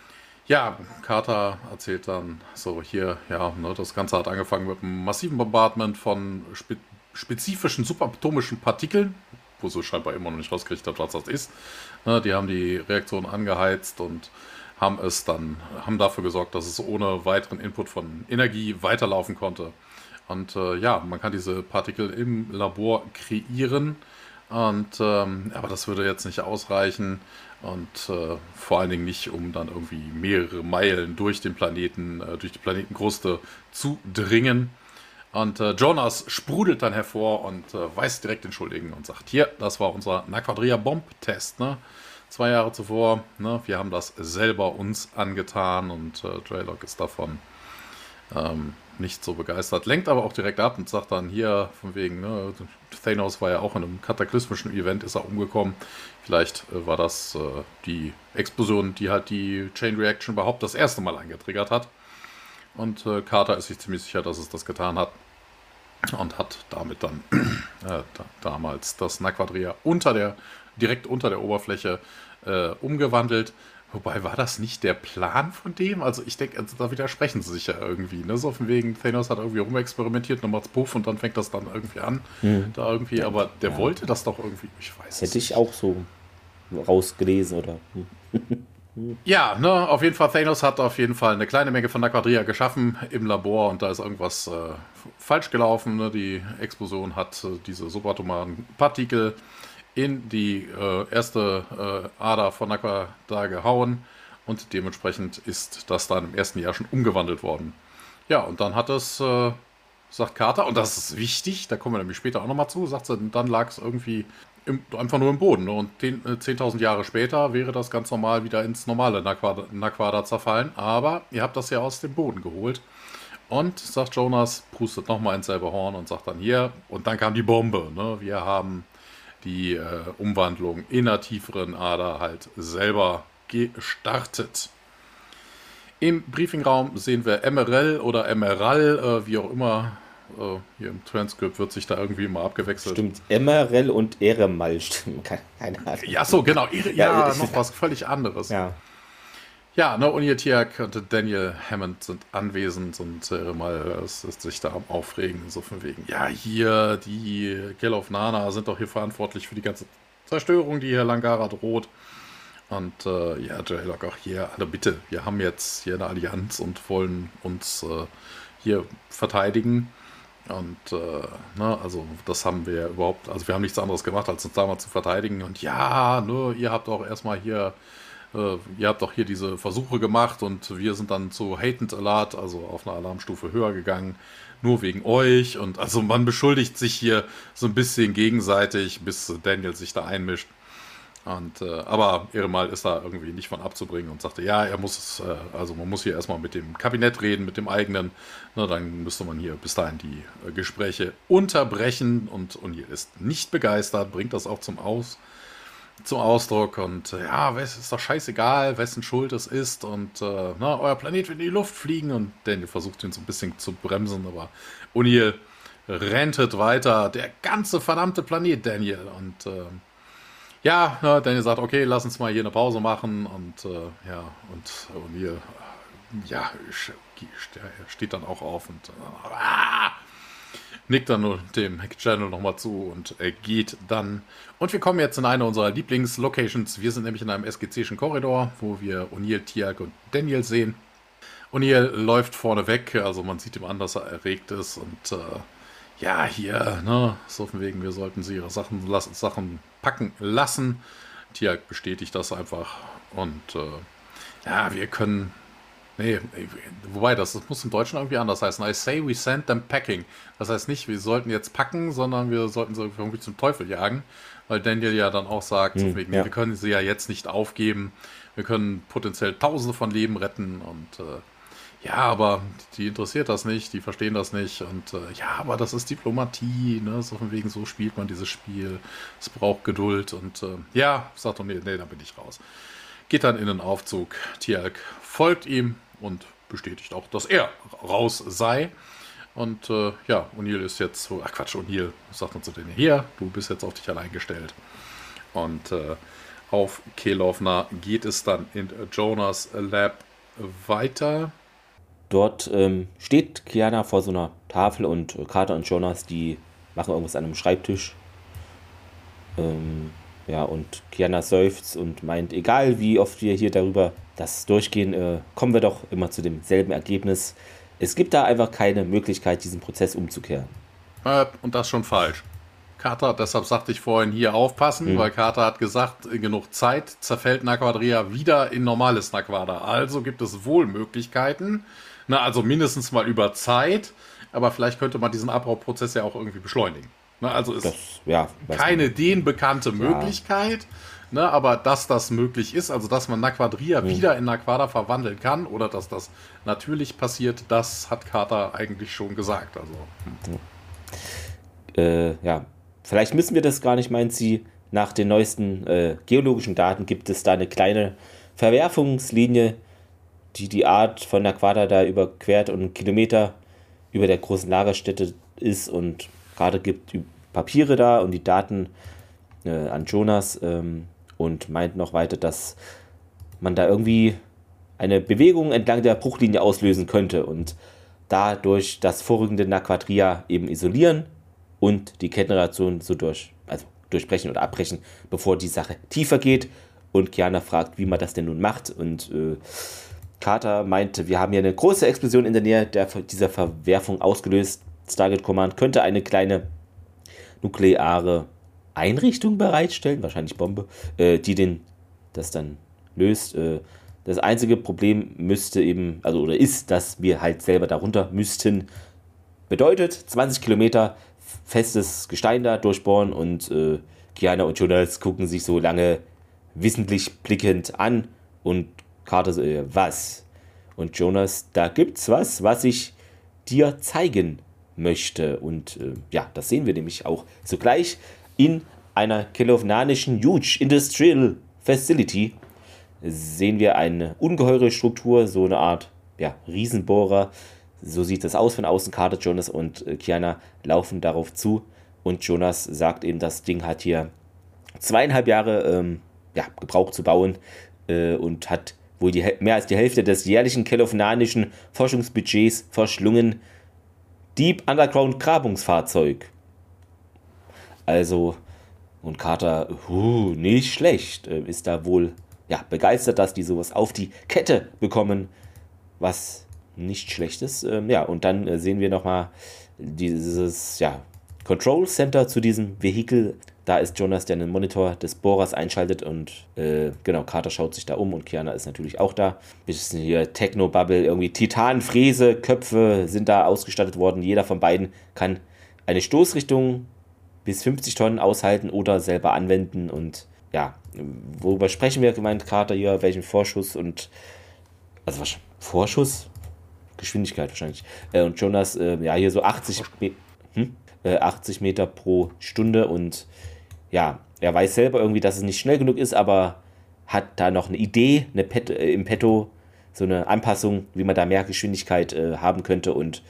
ja, Carter erzählt dann so hier, ja, ne, das Ganze hat angefangen mit einem massiven Bombardment von spe spezifischen subatomischen Partikeln, wo sie scheinbar immer noch nicht rausgekriegt hat, was das ist. Ne, die haben die Reaktion angeheizt und haben es dann, haben dafür gesorgt, dass es ohne weiteren Input von Energie weiterlaufen konnte. Und äh, ja, man kann diese Partikel im Labor kreieren. Und ähm, aber das würde jetzt nicht ausreichen. Und äh, vor allen Dingen nicht, um dann irgendwie mehrere Meilen durch den Planeten, äh, durch die Planetenkruste zu dringen. Und äh, Jonas sprudelt dann hervor und äh, weist direkt den Schuldigen und sagt, hier, das war unser Naquadria-Bomb-Test, ne? Zwei Jahre zuvor, ne? Wir haben das selber uns angetan und äh, Dreylock ist davon ähm, nicht so begeistert. Lenkt aber auch direkt ab und sagt dann hier, von wegen, ne? Thanos war ja auch in einem kataklysmischen Event, ist er umgekommen. Vielleicht äh, war das äh, die Explosion, die halt die Chain Reaction überhaupt das erste Mal angetriggert hat. Und äh, Carter ist sich ziemlich sicher, dass es das getan hat. Und hat damit dann äh, da, damals das Naquadria unter der, direkt unter der Oberfläche äh, umgewandelt. Wobei, war das nicht der Plan von dem? Also ich denke, also da widersprechen sie sich ja irgendwie. Ne? So von wegen, Thanos hat irgendwie rumexperimentiert, dann macht's Puff und dann fängt das dann irgendwie an. Hm. Da irgendwie, ja, aber der ja. wollte das doch irgendwie, ich weiß es Hätte ich auch so rausgelesen, oder? Ja, ne, auf jeden Fall, Thanos hat auf jeden Fall eine kleine Menge von Naquadria geschaffen im Labor und da ist irgendwas äh, falsch gelaufen. Ne? Die Explosion hat äh, diese subatomaren Partikel in die äh, erste äh, Ader von Naquadra gehauen und dementsprechend ist das dann im ersten Jahr schon umgewandelt worden. Ja, und dann hat es, äh, sagt Carter, und das ist wichtig, da kommen wir nämlich später auch nochmal zu, sagt sie, dann lag es irgendwie Im, einfach nur im Boden. Ne? Und zehntausend Jahre später wäre das ganz normal wieder ins normale Naquadra, Naquadra zerfallen. Aber ihr habt das ja aus dem Boden geholt. Und, sagt Jonas, pustet nochmal ins selbe Horn und sagt dann hier, und dann kam die Bombe. Ne? Wir haben die äh, Umwandlung in einer tieferen Ader halt selber gestartet. Im Briefingraum sehen wir Emerald oder Emerald, äh, wie auch immer. Uh, hier im Transkript wird sich da irgendwie immer abgewechselt. Stimmt, Emerald und Eremal stimmt. Keine Ahnung. Ja, so, genau. Ja, ja noch was völlig anderes. Ja, ja ne, und hier Tiak und Daniel Hammond sind anwesend und Eremal ist, ist sich da am Aufregen. So von wegen, ja, hier, die Kill of Nana sind doch hier verantwortlich für die ganze Zerstörung, die hier Langara droht. Und äh, ja, Dreylock auch hier, alle bitte, wir haben jetzt hier eine Allianz und wollen uns äh, hier verteidigen. Und äh, ne, also das haben wir überhaupt, also wir haben nichts anderes gemacht, als uns damals zu verteidigen. Und ja, ne, ihr habt auch erstmal hier, äh, ihr habt auch hier diese Versuche gemacht und wir sind dann zu Heightened Alert, also auf einer Alarmstufe höher gegangen, nur wegen euch. Und also man beschuldigt sich hier so ein bisschen gegenseitig, bis Daniel sich da einmischt. Und, äh, aber Eremal ist da irgendwie nicht von abzubringen und sagte, ja, er muss es, äh, also man muss hier erstmal mit dem Kabinett reden, mit dem eigenen, na, dann müsste man hier bis dahin die äh, Gespräche unterbrechen und O'Neill ist nicht begeistert, bringt das auch zum, Aus, zum Ausdruck und äh, ja, es ist doch scheißegal, wessen Schuld es ist und äh, na, euer Planet wird in die Luft fliegen und Daniel versucht ihn so ein bisschen zu bremsen, aber O'Neill rentet weiter, der ganze verdammte Planet, Daniel, und äh, ja, ne, Daniel sagt, okay, lass uns mal hier eine Pause machen und äh, ja, und O'Neill, ja, steht dann auch auf und äh, ah, nickt dann nur dem Channel nochmal zu und äh, geht dann. Und wir kommen jetzt in eine unserer Lieblingslocations. Wir sind nämlich in einem S G C-schen Korridor, wo wir O'Neill, Tiak und Daniel sehen. O'Neill läuft vorne weg, also man sieht ihm an, dass er erregt ist und äh, ja, hier, ne, so von wegen, wir sollten sie ihre Sachen, lassen, Sachen packen lassen. Tiak bestätigt das einfach. Und äh, ja, wir können, nee, wobei, das, das muss im Deutschen irgendwie anders heißen. I say we send them packing. Das heißt nicht, wir sollten jetzt packen, sondern wir sollten sie irgendwie zum Teufel jagen. Weil Daniel ja dann auch sagt, hm, so wegen, ja. wir können sie ja jetzt nicht aufgeben. Wir können potenziell Tausende von Leben retten und äh, ja, aber die interessiert das nicht, die verstehen das nicht und äh, ja, aber das ist Diplomatie, ne, so von wegen, so spielt man dieses Spiel, es braucht Geduld und äh, ja, sagt er, nee, nee, da bin ich raus. Geht dann in den Aufzug, Tiak folgt ihm und bestätigt auch, dass er raus sei und äh, ja, O'Neill ist jetzt so, ach Quatsch, O'Neill sagt dann zu denen, hier, du bist jetzt auf dich allein gestellt und äh, auf Kelovna geht es dann in Jonas Lab weiter. Dort ähm, steht Kiana vor so einer Tafel und äh, Carter und Jonas, die machen irgendwas an einem Schreibtisch. Ähm, ja, und Kiana seufzt und meint, egal wie oft wir hier darüber das durchgehen, äh, kommen wir doch immer zu demselben Ergebnis. Es gibt da einfach keine Möglichkeit, diesen Prozess umzukehren. Äh, und das schon falsch. Carter, deshalb sagte ich vorhin hier aufpassen, mhm. weil Carter hat gesagt, in genug Zeit zerfällt Naquadria wieder in normales Naquada. Also gibt es wohl Möglichkeiten, na, also mindestens mal über Zeit, aber vielleicht könnte man diesen Abbauprozess ja auch irgendwie beschleunigen. Na, also ist das, ja, keine denen bekannte ja. Möglichkeit, na, aber dass das möglich ist, also dass man Naquadria mhm. wieder in Naquada verwandeln kann oder dass das natürlich passiert, das hat Carter eigentlich schon gesagt. Also, hm. äh, ja. Vielleicht müssen wir das gar nicht, meint sie. Nach den neuesten äh, geologischen Daten gibt es da eine kleine Verwerfungslinie, die die Art von Naquada da überquert und einen Kilometer über der großen Lagerstätte ist. Und gerade gibt Papiere da und die Daten äh, an Jonas ähm, und meint noch weiter, dass man da irgendwie eine Bewegung entlang der Bruchlinie auslösen könnte und dadurch das vorrückende Naquadria eben isolieren und die Kettenreaktion so durch, also durchbrechen oder abbrechen, bevor die Sache tiefer geht. Und Kiana fragt, wie man das denn nun macht. Und äh, Carter meinte, wir haben hier eine große Explosion in der Nähe der, dieser Verwerfung ausgelöst. Stargate Command könnte eine kleine nukleare Einrichtung bereitstellen, wahrscheinlich Bombe, äh, die den, das dann löst. Äh, das einzige Problem müsste eben, also oder ist, dass wir halt selber darunter müssten. Bedeutet zwanzig Kilometer festes Gestein da durchbohren und äh, Kiana und Jonas gucken sich so lange wissentlich blickend an und Carter so, äh, was? Und Jonas, da gibt's was, was ich dir zeigen möchte. Und äh, ja, das sehen wir nämlich auch sogleich in einer kelownanischen Huge Industrial Facility. Sehen wir eine ungeheure Struktur, so eine Art ja, Riesenbohrer. So sieht das aus von außen. Carter, Jonas und äh, Kiana laufen darauf zu. Und Jonas sagt eben, das Ding hat hier zweieinhalb Jahre ähm, ja, gebraucht zu bauen äh, und hat wohl die, mehr als die Hälfte des jährlichen kelownanischen Forschungsbudgets verschlungen. Deep Underground Grabungsfahrzeug. Also, und Carter, uh, nicht schlecht, äh, ist da wohl ja, begeistert, dass die sowas auf die Kette bekommen, was nicht schlecht ist. Ähm, ja, und dann äh, sehen wir nochmal dieses ja, Control Center zu diesem Vehikel. Da ist Jonas, der einen Monitor des Bohrers einschaltet und äh, genau, Carter schaut sich da um und Kiana ist natürlich auch da. Bisschen hier Techno-Bubble, irgendwie Titanfräse, Köpfe sind da ausgestattet worden. Jeder von beiden kann eine Stoßrichtung bis fünfzig Tonnen aushalten oder selber anwenden und ja, worüber sprechen wir, gemeint Carter hier, welchen Vorschuss und also was, Vorschuss? Geschwindigkeit wahrscheinlich. Äh, und Jonas, äh, ja, hier so achtzig, hm? äh, achtzig Meter pro Stunde und ja, er weiß selber irgendwie, dass es nicht schnell genug ist, aber hat da noch eine Idee, eine Pet, äh, im Petto, so eine Anpassung, wie man da mehr Geschwindigkeit äh, haben könnte und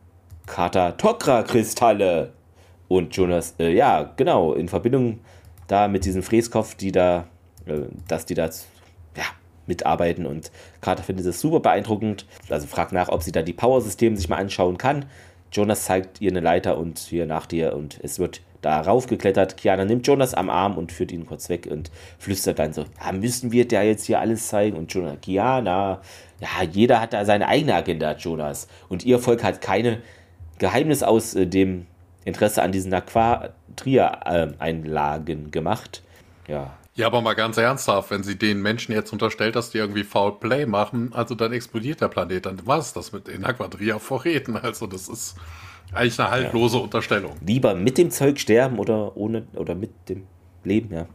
Carter, Tokra-Kristalle und Jonas, äh, ja, genau, in Verbindung da mit diesem Fräskopf, die da, äh, dass die da ja, mitarbeiten und Carter findet es super beeindruckend, also fragt nach, ob sie da die Power-Systeme sich mal anschauen kann. Jonas zeigt ihr eine Leiter und hier nach dir und es wird da raufgeklettert. Kiana nimmt Jonas am Arm und führt ihn kurz weg und flüstert dann so, ja, müssen wir da jetzt hier alles zeigen? Und Jonas, Kiana, ja, jeder hat da seine eigene Agenda, Jonas. Und ihr Volk hat keine Geheimnis aus äh, dem Interesse an diesen Naquadria-Einlagen äh, gemacht. Ja. Ja, aber mal ganz ernsthaft, wenn sie den Menschen jetzt unterstellt, dass die irgendwie Foul Play machen, also dann explodiert der Planet, dann war es das mit den Naquadria-Vorräten. Also das ist eigentlich eine haltlose ja. Unterstellung. Lieber mit dem Zeug sterben oder ohne oder mit dem Leben, ja.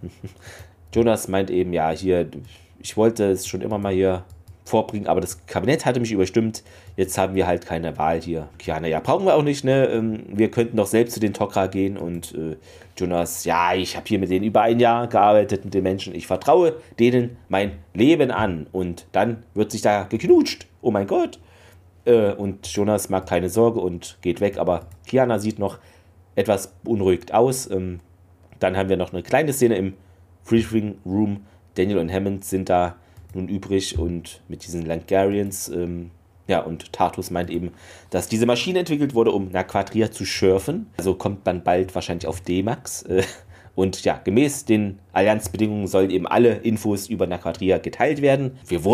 Jonas meint eben, ja, hier, ich wollte es schon immer mal hier vorbringen, aber das Kabinett hatte mich überstimmt. Jetzt haben wir halt keine Wahl hier. Kiana, ja, brauchen wir auch nicht, ne? Wir könnten doch selbst zu den Tok'ra gehen und äh, Jonas, ja, ich habe hier mit denen über ein Jahr gearbeitet, mit den Menschen. Ich vertraue denen mein Leben an. Und dann wird sich da geknutscht. Oh mein Gott. Äh, und Jonas mag keine Sorge und geht weg. Aber Kiana sieht noch etwas beunruhigt aus. Ähm, dann haben wir noch eine kleine Szene im Briefing Room. Daniel und Hammond sind da nun übrig und mit diesen Langarians, ähm, ja, und Tartus meint eben, dass diese Maschine entwickelt wurde, um Naquadria zu schürfen. Also kommt man bald wahrscheinlich auf D-Max. Äh, und ja, gemäß den Allianzbedingungen sollen eben alle Infos über Naquadria geteilt werden. Wir wurden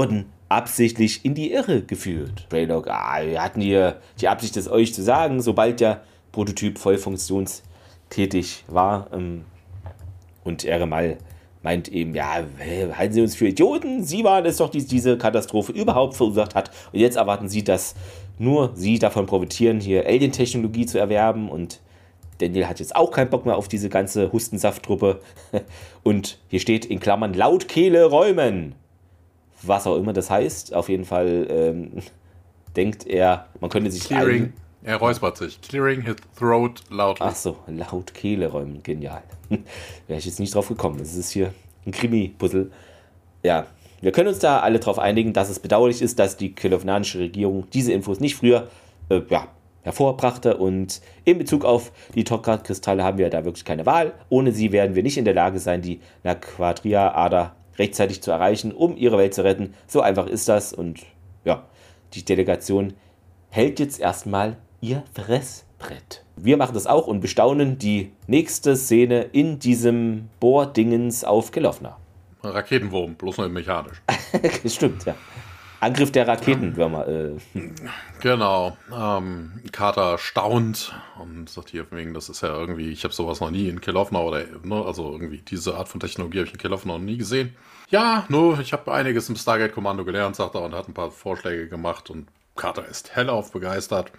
absichtlich in die Irre geführt. Treylock, ah, wir hatten hier die Absicht, es euch zu sagen, sobald der Prototyp voll funktionstätig war. Ähm, und Eremal meint eben, ja, halten Sie uns für Idioten? Sie waren es doch, die diese Katastrophe überhaupt verursacht hat. Und jetzt erwarten Sie, dass nur Sie davon profitieren, hier Alien-Technologie zu erwerben. Und Daniel hat jetzt auch keinen Bock mehr auf diese ganze Hustensaft-Truppe. Und hier steht in Klammern laut Kehle räumen. Was auch immer das heißt. Auf jeden Fall ähm, denkt er, man könnte sich... Clearing. Ein- Er räuspert sich. Clearing his throat loudly. Ach so, laut Kehle räumen. Genial. Wäre ich jetzt nicht drauf gekommen. Das ist hier ein Krimi-Puzzle. Ja, wir können uns da alle darauf einigen, dass es bedauerlich ist, dass die kelownanische Regierung diese Infos nicht früher äh, ja, hervorbrachte. Und in Bezug auf die Tok'ra-Kristalle haben wir da wirklich keine Wahl. Ohne sie werden wir nicht in der Lage sein, die Naquadria-Ader rechtzeitig zu erreichen, um ihre Welt zu retten. So einfach ist das. Und ja, die Delegation hält jetzt erstmal ihr Fressbrett. Wir machen das auch und bestaunen die nächste Szene in diesem Bohrdingens auf Kelowna. Raketenwurm, bloß nur mechanisch. Stimmt, ja. Angriff der Raketenwürmer. Äh. Genau. Ähm, Carter staunt und sagt hier wegen, das ist ja irgendwie, ich habe sowas noch nie in Kelowna oder, ne, also irgendwie diese Art von Technologie habe ich in Kelowna noch nie gesehen. Ja, nur, ich habe einiges im Stargate-Kommando gelernt, sagt er, und hat ein paar Vorschläge gemacht und Carter ist hellauf begeistert.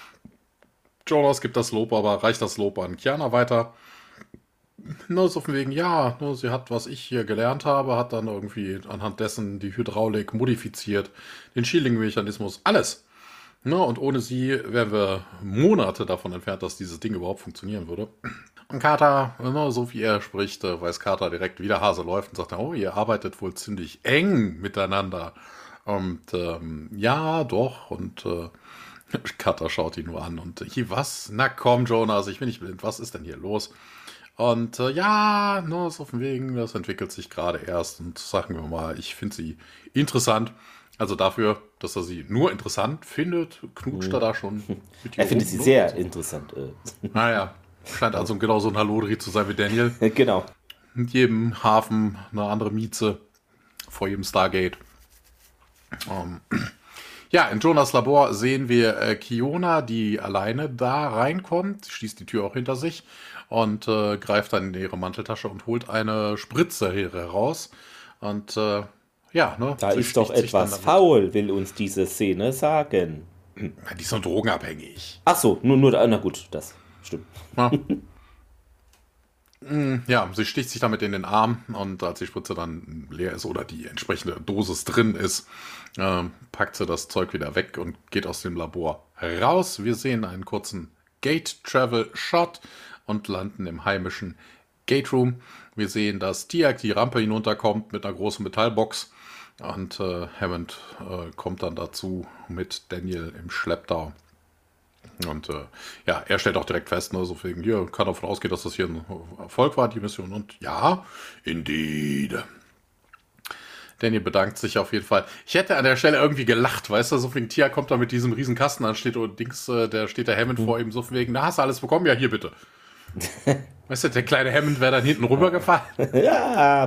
Jonas gibt das Lob, aber reicht das Lob an Chiana weiter. Nur so von wegen, ja, nur sie hat, was ich hier gelernt habe, hat dann irgendwie anhand dessen die Hydraulik modifiziert, den Shielding-Mechanismus, alles. Ne, und ohne sie wären wir Monate davon entfernt, dass dieses Ding überhaupt funktionieren würde. Und Carter, ne, so wie er spricht, weiß Carter direkt, wie der Hase läuft und sagt, oh, ihr arbeitet wohl ziemlich eng miteinander. Und ähm, ja, doch, und äh, Carter schaut ihn nur an und hier, was? Na komm, Jonas, ich bin nicht blind, was ist denn hier los? Und äh, ja, nur so von wegen, das entwickelt sich gerade erst und sagen wir mal, ich finde sie interessant. Also dafür, dass er sie nur interessant findet, knutscht er da schon mit ihr. Er findet sie sehr so interessant. Äh. Naja, scheint also genauso ein Hallodri zu sein wie Daniel. Genau. In jedem Hafen eine andere Mieze, vor jedem Stargate. Um, ja, in Jonas Labor sehen wir äh, Chiona, die alleine da reinkommt, schließt die Tür auch hinter sich und äh, greift dann in ihre Manteltasche und holt eine Spritze heraus. Und äh, ja, ne? Da ist doch etwas faul, will uns diese Szene sagen. Ja, die ist so drogenabhängig. Ach so, nur, nur, na gut, das stimmt. Ja. Ja, sie sticht sich damit in den Arm und als die Spritze dann leer ist oder die entsprechende Dosis drin ist, äh, packt sie das Zeug wieder weg und geht aus dem Labor raus. Wir sehen einen kurzen Gate-Travel-Shot und landen im heimischen Gate-Room. Wir sehen, dass Tiak die Rampe hinunterkommt mit einer großen Metallbox und äh, Hammond äh, kommt dann dazu mit Daniel im Schlepptau. Und äh, ja, er stellt auch direkt fest, ne, so wegen, hier kann davon ausgehen, dass das hier ein Erfolg war, die Mission. Und ja, indeed. Daniel bedankt sich auf jeden Fall. Ich hätte an der Stelle irgendwie gelacht, weißt du, so wegen Tia kommt da mit diesem riesen Kasten, dann steht und Dings, äh, der steht der Hammond mhm. vor ihm, so wegen, na, hast du alles bekommen? Ja, hier bitte. Weißt du, der kleine Hammond wäre dann hinten rübergefallen. Ja.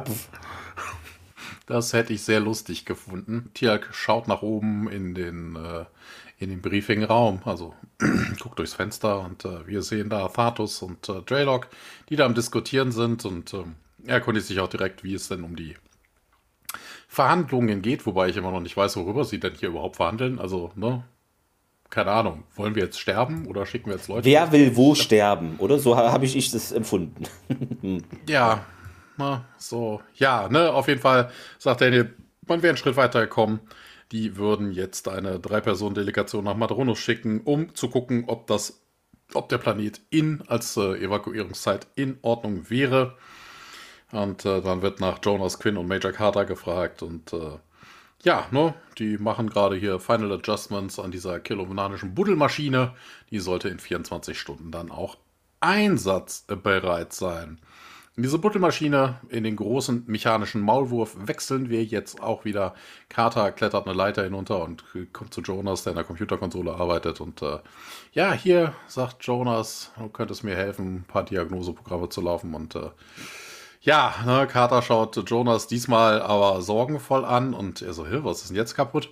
Das hätte ich sehr lustig gefunden. Tiak schaut nach oben in den äh, in den Briefingraum, also guckt durchs Fenster und äh, wir sehen da Thatus und äh, Draylock, die da am Diskutieren sind und äh, er erkundigt sich auch direkt, wie es denn um die Verhandlungen geht, wobei ich immer noch nicht weiß, worüber sie denn hier überhaupt verhandeln, also, ne, keine Ahnung, wollen wir jetzt sterben oder schicken wir jetzt Leute? Wer will wo sterben, oder? So habe ich, ich das empfunden. Ja, na, so, ja, ne, auf jeden Fall sagt Daniel, man wäre einen Schritt weiter gekommen. Die würden jetzt eine Drei-Personen-Delegation nach Madronos schicken, um zu gucken, ob das, ob der Planet in als äh, Evakuierungszeit in Ordnung wäre. Und äh, dann wird nach Jonas, Quinn und Major Carter gefragt. Und äh, ja, ne, die machen gerade hier Final Adjustments an dieser kelownanischen Buddelmaschine. Die sollte in vierundzwanzig Stunden dann auch einsatzbereit sein. In diese Buddelmaschine, in den großen mechanischen Maulwurf, wechseln wir jetzt auch wieder. Carter klettert eine Leiter hinunter und kommt zu Jonas, der in der Computerkonsole arbeitet. Und äh, ja, hier sagt Jonas, du könntest mir helfen, ein paar Diagnoseprogramme zu laufen. Und äh, Ja, ne, Carter schaut Jonas diesmal aber sorgenvoll an und er so, hä, was ist denn jetzt kaputt?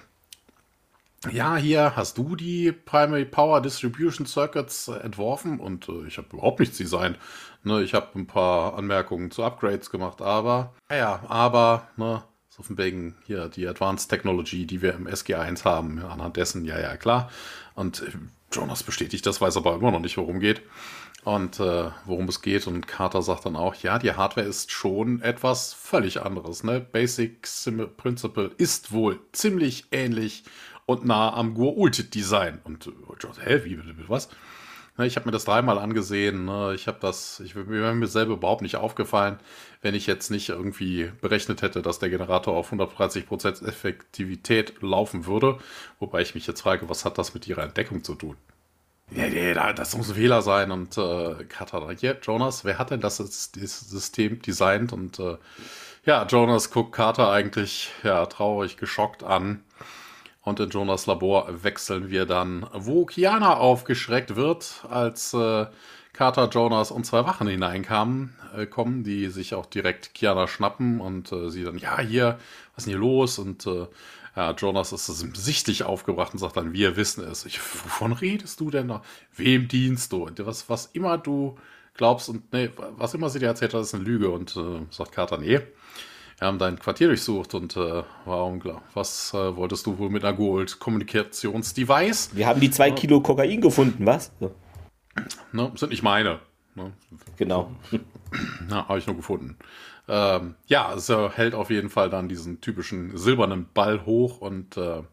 Ja, hier hast du die Primary Power Distribution Circuits äh, entworfen und äh, ich habe überhaupt nichts designt. Ne, ich habe ein paar Anmerkungen zu Upgrades gemacht, aber, ja, aber, ne, so von wegen hier die Advanced Technology, die wir im S G eins haben, anhand dessen, ja, ja, klar. Und äh, Jonas bestätigt das, weiß aber immer noch nicht, worum geht. Und äh, worum es geht. Und Carter sagt dann auch, ja, die Hardware ist schon etwas völlig anderes. Ne? Basic Sim Principle ist wohl ziemlich ähnlich und nah am Goa'uld-Design. Und äh, Jonas, hä, wie, wie, wie was? Ne, ich habe mir das dreimal angesehen. Ne? Ich habe das, ich mir wäre mir selber überhaupt nicht aufgefallen, wenn ich jetzt nicht irgendwie berechnet hätte, dass der Generator auf hundertdreißig Prozent Effektivität laufen würde. Wobei ich mich jetzt frage, was hat das mit ihrer Entdeckung zu tun? Nee, nee, das muss ein Fehler sein. Und äh, Carter, hier, Jonas, wer hat denn das, das System designt? Und äh, ja, Jonas guckt Carter eigentlich ja traurig, geschockt an. Und in Jonas Labor wechseln wir dann, wo Kiana aufgeschreckt wird, als äh, Carter, Jonas und zwei Wachen hineinkamen, äh, kommen, die sich auch direkt Kiana schnappen und äh, sie dann, ja, hier, was ist denn hier los? Und äh, ja, Jonas ist sichtlich aufgebracht und sagt dann, wir wissen es. Ich, wovon redest du denn noch? Wem dienst du? Und was, was immer du glaubst und nee, was immer sie dir erzählt hat, ist eine Lüge. Und äh, sagt Carter, nee, wir haben dein Quartier durchsucht und äh, warum, was äh, wolltest du wohl mit einer Goa'uld-Kommunikationsdevice? Wir haben die zwei Kilo Kokain gefunden, was? So. Ne, sind nicht meine. Ne? Genau. Na, habe ich nur gefunden. Ähm, ja, es äh, hält auf jeden Fall dann diesen typischen silbernen Ball hoch und äh,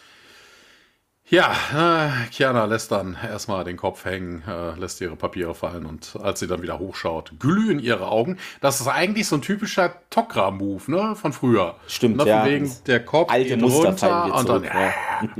ja, äh, Kiana lässt dann erstmal den Kopf hängen, äh, lässt ihre Papiere fallen und als sie dann wieder hochschaut, glühen ihre Augen. Das ist eigentlich so ein typischer Tok'ra-Move, ne, von früher. Stimmt, ne, ja. Von wegen, der Kopf alte geht Muster runter und dann, zurück, ja.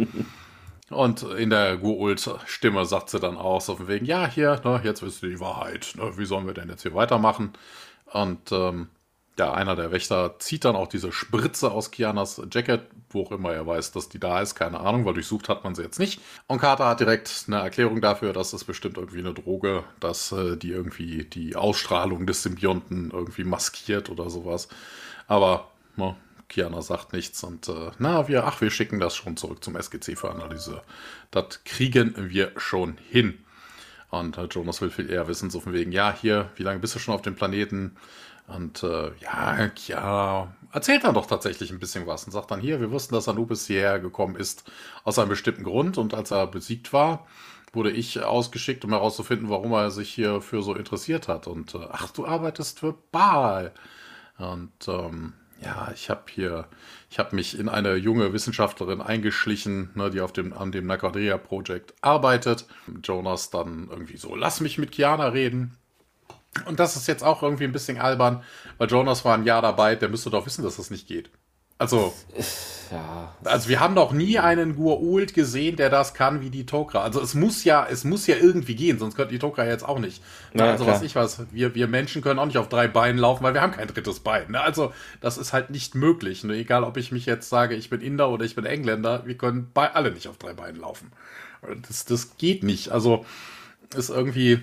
Und in der Goa'uld-Stimme sagt sie dann auch so von wegen, ja, hier, ne, jetzt wisst ihr die Wahrheit. Ne, wie sollen wir denn jetzt hier weitermachen? Und ähm, ja, einer der Wächter zieht dann auch diese Spritze aus Kianas Jacket, wo auch immer er weiß, dass die da ist, keine Ahnung, weil durchsucht hat man sie jetzt nicht. Und Carter hat direkt eine Erklärung dafür, dass es bestimmt irgendwie eine Droge, dass äh, die irgendwie die Ausstrahlung des Symbionten irgendwie maskiert oder sowas. Aber, ne, Kiana sagt nichts und äh, na, wir, ach, wir schicken das schon zurück zum S G C für Analyse. Das kriegen wir schon hin. Und äh, Jonas will viel eher wissen, so von wegen, ja, hier, wie lange bist du schon auf dem Planeten? Und äh, ja, Kiana erzählt dann doch tatsächlich ein bisschen was und sagt dann, hier, wir wussten, dass Anubis hierher gekommen ist aus einem bestimmten Grund und als er besiegt war, wurde ich ausgeschickt, um herauszufinden, warum er sich hierfür so interessiert hat. Und äh, ach, du arbeitest für Baal. Und ähm, ja, ich habe hier, ich habe mich in eine junge Wissenschaftlerin eingeschlichen, ne, die auf dem, an dem Nakadia Project arbeitet. Jonas dann irgendwie so, lass mich mit Kiana reden. Und das ist jetzt auch irgendwie ein bisschen albern, weil Jonas war ein Jahr dabei, der müsste doch wissen, dass das nicht geht. Also, ja. Also wir haben noch nie einen Goa'uld gesehen, der das kann wie die Tok'ra. Also es muss ja, es muss ja irgendwie gehen, sonst könnte die Tok'ra jetzt auch nicht. Ja, also klar. was ich weiß, wir, wir Menschen können auch nicht auf drei Beinen laufen, weil wir haben kein drittes Bein. Ne? Also das ist halt nicht möglich. Ne? Egal, ob ich mich jetzt sage, ich bin Inder oder ich bin Engländer, wir können bei alle nicht auf drei Beinen laufen. Das, das geht nicht. Also ist irgendwie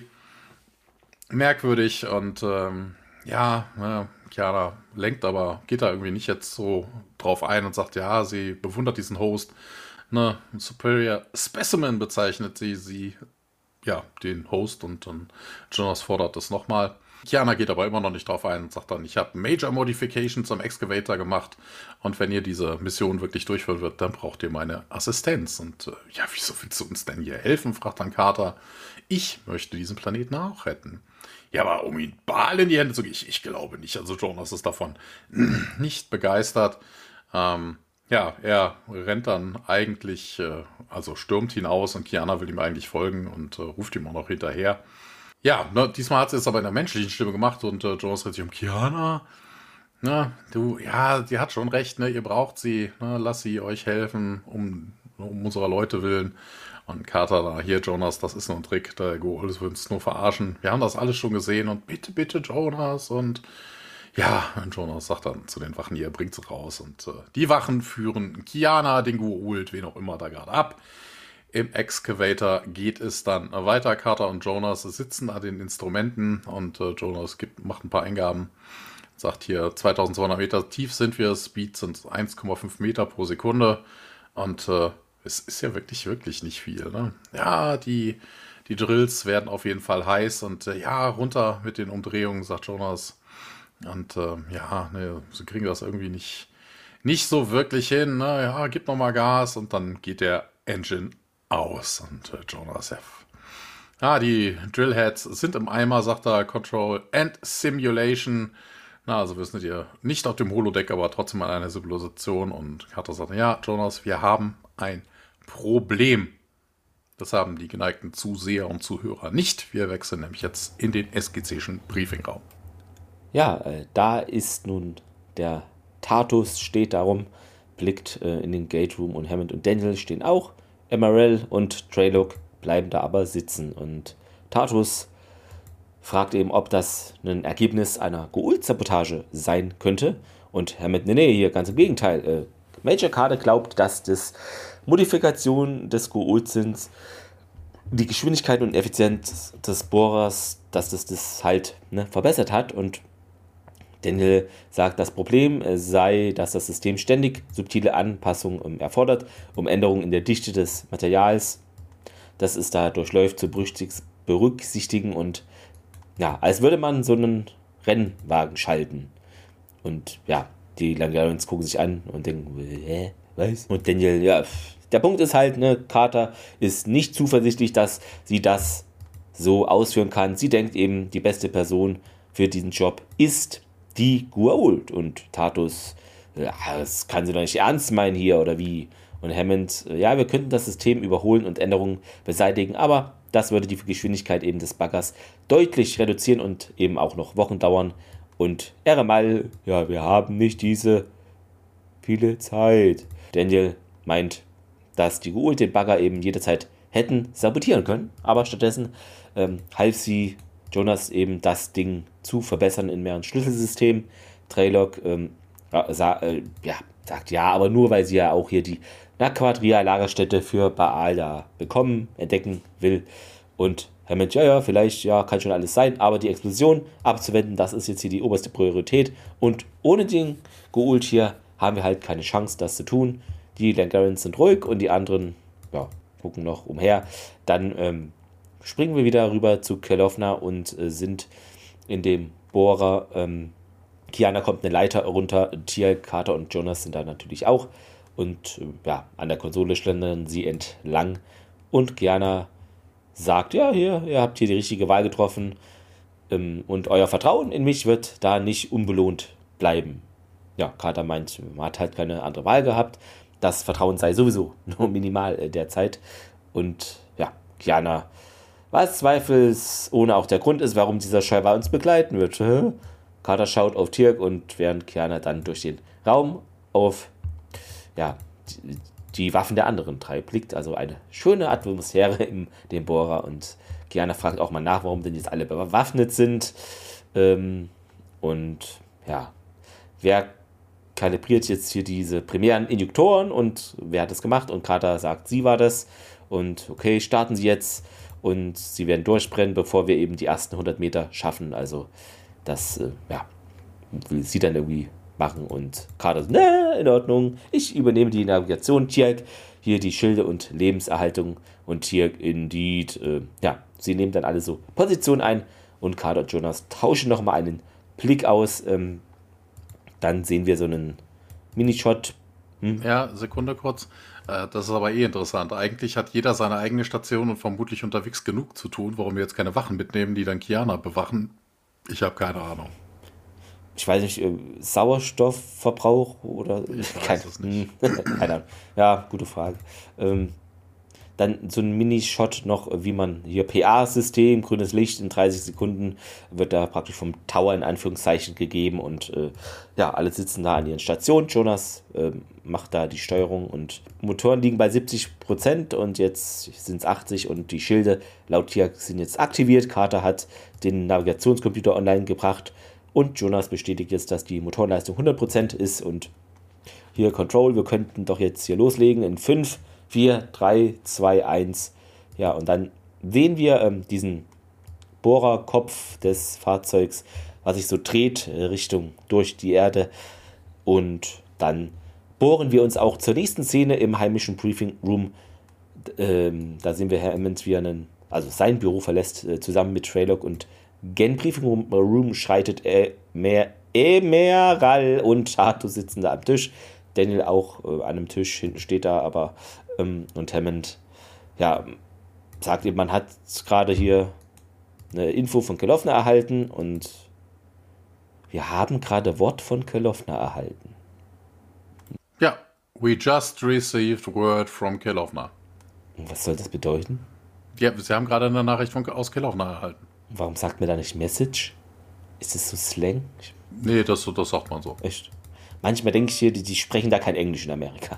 merkwürdig und ähm, ja, ja, Kiana lenkt, aber geht da irgendwie nicht jetzt so drauf ein und sagt, ja, sie bewundert diesen Host. Ne, Superior Specimen bezeichnet sie, sie, ja, den Host und dann Jonas fordert das nochmal. Kiana geht aber immer noch nicht drauf ein und sagt dann, ich habe Major Modifications am Excavator gemacht und wenn ihr diese Mission wirklich durchführen wird, dann braucht ihr meine Assistenz. Und äh, ja, wieso willst du uns denn hier helfen, fragt dann Carter. Ich möchte diesen Planeten auch retten. Ja, aber um ihn Baal in die Hände zu geben, ich, ich glaube nicht. Also Jonas ist davon nicht begeistert. Ähm, ja, er rennt dann eigentlich, äh, also stürmt hinaus und Kiana will ihm eigentlich folgen und äh, ruft ihm auch noch hinterher. Ja, ne, diesmal hat sie es aber in der menschlichen Stimme gemacht und äh, Jonas dreht sich um, Kiana, na, du, ja, die hat schon recht, ne, ihr braucht sie, ne, lass sie euch helfen, um, um unserer Leute willen. Und Carter da, hier Jonas, das ist nur ein Trick, der Goa'uld will uns nur verarschen. Wir haben das alles schon gesehen und bitte, bitte Jonas. Und ja, und Jonas sagt dann zu den Wachen, hier, bringt sie raus. Und äh, die Wachen führen Kiana, den Goa'uld, wen auch immer da gerade ab, im Excavator geht es dann weiter. Carter und Jonas sitzen an den Instrumenten und äh, Jonas gibt, macht ein paar Eingaben. Sagt hier, zweitausendzweihundert Meter tief sind wir, Speed sind eins Komma fünf Meter pro Sekunde. Und äh, es ist ja wirklich, wirklich nicht viel. Ne? Ja, die, die Drills werden auf jeden Fall heiß und äh, ja, runter mit den Umdrehungen, sagt Jonas. Und äh, ja, ne, sie kriegen das irgendwie nicht, nicht so wirklich hin. Ne? Ja, gib nochmal Gas und dann geht der Engine aus. Und äh, Jonas, ja, ja, die Drillheads sind im Eimer, sagt er, Control and Simulation. Na, also wir sind hier nicht auf dem Holodeck, aber trotzdem an einer Simulation. Und Carter sagt, ja, Jonas, wir haben ein Problem. Das haben die geneigten Zuseher und Zuhörer nicht. Wir wechseln nämlich jetzt in den S G C-schen Briefingraum. Ja, äh, da ist nun der Tartus, steht darum, blickt äh, in den Gate Room und Hammond und Daniel stehen auch. M R L und Treylock bleiben da aber sitzen. Und Tartus fragt eben, ob das ein Ergebnis einer Goa'uld-Sabotage sein könnte. Und Hammond, nee, nee, hier ganz im Gegenteil. Äh, Major Carter glaubt, dass das Modifikationen des Goa'uld sind, die Geschwindigkeit und Effizienz des Bohrers, dass das das halt ne, verbessert hat. Und Daniel sagt, das Problem sei, dass das System ständig subtile Anpassungen erfordert, um Änderungen in der Dichte des Materials, das es da durchläuft, zu berücksichtigen und ja, als würde man so einen Rennwagen schalten. Und ja, die Langarians gucken sich an und denken, hä, was? Und Daniel, ja, der Punkt ist halt, ne, Carter ist nicht zuversichtlich, dass sie das so ausführen kann. Sie denkt eben, die beste Person für diesen Job ist die Goa'uld. Und Tartus, ja, das kann sie doch nicht ernst meinen hier, oder wie? Und Hammond, ja, wir könnten das System überholen und Änderungen beseitigen, aber das würde die Geschwindigkeit eben des Baggers deutlich reduzieren und eben auch noch Wochen dauern. Und R M L, ja, wir haben nicht diese viele Zeit. Daniel meint, dass die Goa'uld den Bagger eben jederzeit hätten sabotieren können, aber stattdessen ähm, half sie Jonas eben das Ding zu verbessern in mehreren Schlüsselsystemen. Treylock ähm, sa- äh, ja, sagt ja, aber nur weil sie ja auch hier die Naquadria-Lagerstätte für Baal da bekommen, entdecken will. Und Hammond, ja, ja, vielleicht, ja, kann schon alles sein, aber die Explosion abzuwenden, das ist jetzt hier die oberste Priorität. Und ohne den Goa'uld hier haben wir halt keine Chance, das zu tun. Die Langarians sind ruhig und die anderen, ja, gucken noch umher. Dann ähm, springen wir wieder rüber zu Kelowna und äh, sind in dem Bohrer. Ähm, Kiana kommt eine Leiter runter, Teal'c, Carter und Jonas sind da natürlich auch. Und äh, ja, an der Konsole schlendern sie entlang. Und Kiana sagt, ja, hier, ihr habt hier die richtige Wahl getroffen. Ähm, und euer Vertrauen in mich wird da nicht unbelohnt bleiben. Ja, Carter meint, man hat halt keine andere Wahl gehabt. Das Vertrauen sei sowieso nur minimal äh, derzeit. Und ja, Kiana, was zweifelsohne auch der Grund ist, warum dieser Schreiber uns begleiten wird. Carter schaut auf Teal'c und während Kiana dann durch den Raum auf ja, die, die Waffen der anderen drei blickt. Also eine schöne Atmosphäre in dem Bohrer. Und Kiana fragt auch mal nach, warum denn jetzt alle bewaffnet sind. Ähm, und ja, wer kalibriert jetzt hier diese primären Injektoren und wer hat das gemacht? Und Carter sagt, sie war das. Und okay, starten sie jetzt. Und sie werden durchbrennen, bevor wir eben die ersten hundert Meter schaffen. Also das, äh, ja, will sie dann irgendwie machen. Und Carter so, ne, in Ordnung. Ich übernehme die Navigation. Teal'c, hier die Schilde und Lebenserhaltung. Und Teal'c, indeed, äh, ja, sie nehmen dann alle so Position ein. Und Carter und Jonas tauschen nochmal einen Blick aus. Ähm, dann sehen wir so einen Minishot. Hm? Ja, Sekunde kurz. Das ist aber eh interessant. Eigentlich hat jeder seine eigene Station und vermutlich unterwegs genug zu tun. Warum wir jetzt keine Wachen mitnehmen, die dann Kiana bewachen? Ich habe keine Ahnung. Ich weiß nicht, Sauerstoffverbrauch oder... Ich weiß keine, es nicht. Keine Ahnung. Ja, gute Frage. Ähm, dann so ein Minishot noch, wie man hier P A-System, grünes Licht in dreißig Sekunden wird da praktisch vom Tower in Anführungszeichen gegeben und äh, ja, alle sitzen da an ihren Stationen. Jonas äh, macht da die Steuerung und Motoren liegen bei siebzig Prozent und jetzt sind es achtzig und die Schilde laut Teal'c sind jetzt aktiviert. Carter hat den Navigationscomputer online gebracht und Jonas bestätigt jetzt, dass die Motorenleistung hundert Prozent ist und hier Control, wir könnten doch jetzt hier loslegen in fünf, vier, drei, zwei, eins. Ja, und dann sehen wir ähm, diesen Bohrerkopf des Fahrzeugs, was sich so dreht, äh, Richtung durch die Erde. Und dann bohren wir uns auch zur nächsten Szene im heimischen Briefing Room. Ähm, da sehen wir Herr Hammond, wie er einen, also sein Büro verlässt, äh, zusammen mit Treylock und gen Briefing Room, Room schreitet er mehr Emerald und Tato sitzen da am Tisch. Daniel auch äh, an einem Tisch, hinten steht da, aber ähm, und Hammond, ja, sagt eben, man hat gerade hier eine Info von Kelowna erhalten und wir haben gerade Wort von Kelowna erhalten. Ja, we just received word from Kelowna. Und was soll das bedeuten? Ja, sie haben gerade eine Nachricht von, aus Kelowna erhalten. Warum sagt mir da nicht Message? Ist das so Slang? Ich, nee, das, das sagt man so. Echt? Manchmal denke ich hier, die, die sprechen da kein Englisch in Amerika.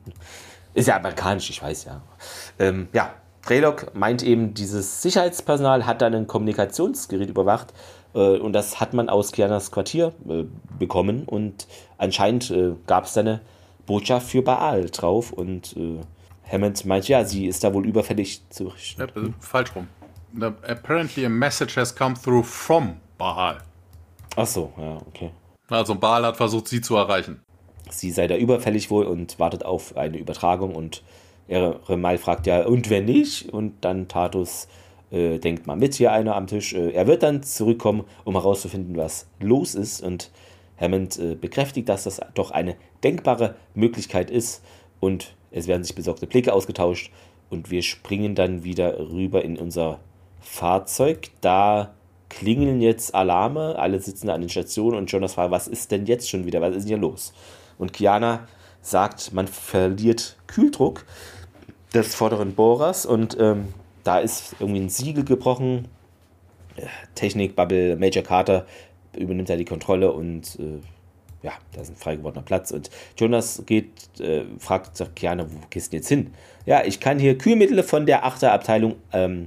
Ist ja amerikanisch, ich weiß ja. Ähm, ja, Treylock meint eben, dieses Sicherheitspersonal hat dann ein Kommunikationsgerät überwacht äh, und das hat man aus Kianas Quartier äh, bekommen und anscheinend äh, gab es da eine Botschaft für Baal drauf und äh, Hammond meint, ja, sie ist da wohl überfällig zu richten. Ja, äh, falsch rum. Apparently a message has come through from Baal. Ach so, ja, okay. Also Baal hat versucht, sie zu erreichen. Sie sei da überfällig wohl und wartet auf eine Übertragung und Remal fragt ja, und wenn nicht? Und dann Tatus äh, denkt mal mit, hier einer am Tisch. Äh, er wird dann zurückkommen, um herauszufinden, was los ist und Hammond äh, bekräftigt, dass das doch eine denkbare Möglichkeit ist und es werden sich besorgte Blicke ausgetauscht und wir springen dann wieder rüber in unser Fahrzeug. Da klingeln jetzt Alarme, alle sitzen da an den Stationen und Jonas fragt, was ist denn jetzt schon wieder, was ist denn hier los? Und Kiana sagt, man verliert Kühldruck des vorderen Bohrers und ähm, da ist irgendwie ein Siegel gebrochen. Technik-Bubble, Major Carter übernimmt da die Kontrolle und äh, ja, da ist ein frei gewordener Platz und Jonas geht, äh, fragt sagt Kiana, wo gehst du jetzt hin? Ja, ich kann hier Kühlmittel von der Achterabteilung ähm,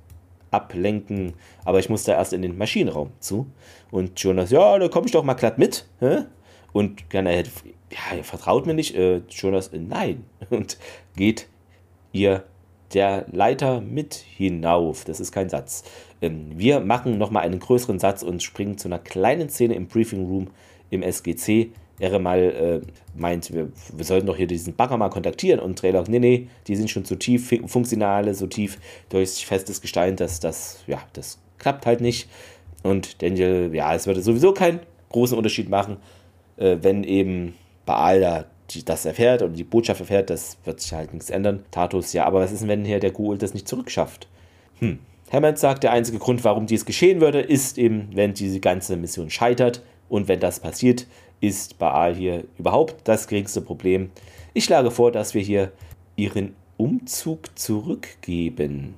ablenken, aber ich muss da erst in den Maschinenraum zu. Und Jonas, ja, da komme ich doch mal glatt mit. Hä? Und Kiana, ja, ihr vertraut mir nicht. Äh, Jonas, äh, nein. Und geht ihr der Leiter mit hinauf. Das ist kein Satz. Ähm, wir machen nochmal einen größeren Satz und springen zu einer kleinen Szene im Briefing Room im S G C. Er mal äh, meint, wir, wir sollten doch hier diesen Bagger mal kontaktieren und Treylock, nee, nee, die sind schon zu tief, Funktionale so tief durch festes Gestein, dass das, ja, das klappt halt nicht. Und Daniel, ja, es würde sowieso keinen großen Unterschied machen, äh, wenn eben Baal da die, das erfährt und die Botschaft erfährt, das wird sich halt nichts ändern. Tatus, ja, aber was ist denn, wenn hier der Goa'uld das nicht zurückschafft? Hm. Hammond sagt, der einzige Grund, warum dies geschehen würde, ist eben, wenn diese ganze Mission scheitert. Und wenn das passiert, ist Baal hier überhaupt das geringste Problem. Ich schlage vor, dass wir hier ihren Umzug zurückgeben.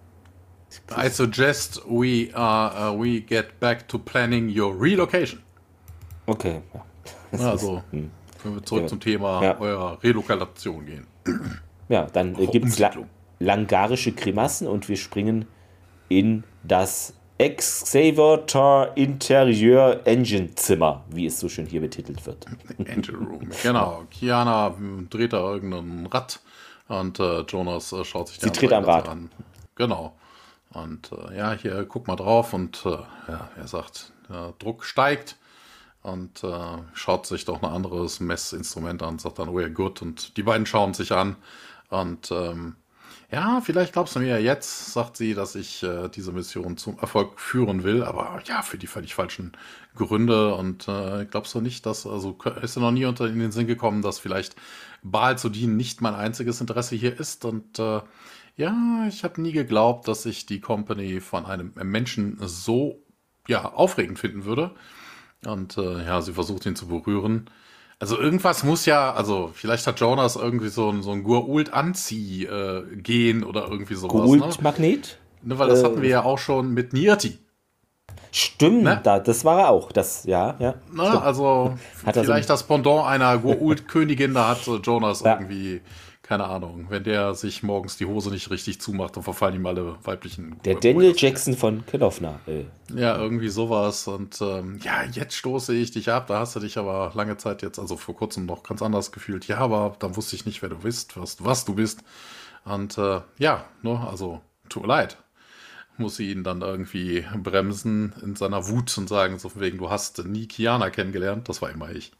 I suggest we, uh, uh, we get back to planning your relocation. Okay, ja. Also, hm. wenn wir zurück ja. zum Thema ja. eurer Relokation gehen. Ja, dann äh, gibt es la- langarische Grimassen und wir springen in das Excavator Interieur Engine Zimmer, wie es so schön hier betitelt wird. Engine Room, genau. Kiana dreht da irgendein Rad und äh, Jonas äh, schaut sich Sie dreht am Rad an. Genau. Und äh, ja, hier, guck mal drauf und äh, ja, er sagt, der Druck steigt und äh, schaut sich doch ein anderes Messinstrument an und sagt dann, oh ja, gut. Und die beiden schauen sich an und ähm, ja, vielleicht glaubst du mir jetzt, sagt sie, dass ich äh, diese Mission zum Erfolg führen will, aber ja, für die völlig falschen Gründe. Und äh, glaubst du nicht, dass, also ist dir noch nie unter in den Sinn gekommen, dass vielleicht Baal zu dienen nicht mein einziges Interesse hier ist? Und äh, ja, ich habe nie geglaubt, dass ich die Company von einem Menschen so ja, aufregend finden würde. Und äh, ja, sie versucht ihn zu berühren. Also irgendwas muss ja, also vielleicht hat Jonas irgendwie so ein, so ein Goa'uld-Anzieh-Gen äh, oder irgendwie sowas. Goa'uld-Magnet? Ne? Weil das äh, hatten wir ja auch schon mit Nirti. Stimmt, ne? da, das war er auch. Das, ja, ja. Ne? Also hat vielleicht so das Pendant einer Goa'uld-Königin, da hat Jonas ja. irgendwie, keine Ahnung, wenn der sich morgens die Hose nicht richtig zumacht, dann verfallen ihm alle weiblichen... Der Daniel Jackson von Kelowna. Ey. Ja, irgendwie sowas. Und ähm, ja, jetzt stoße ich dich ab. Da hast du dich aber lange Zeit jetzt, also vor kurzem noch ganz anders gefühlt. Ja, aber dann wusste ich nicht, wer du bist, was, was du bist. Und äh, ja, ne, also tut mir leid. Muss sie ihn dann irgendwie bremsen in seiner Wut und sagen, so von wegen, du hast nie Kiana kennengelernt. Das war immer ich.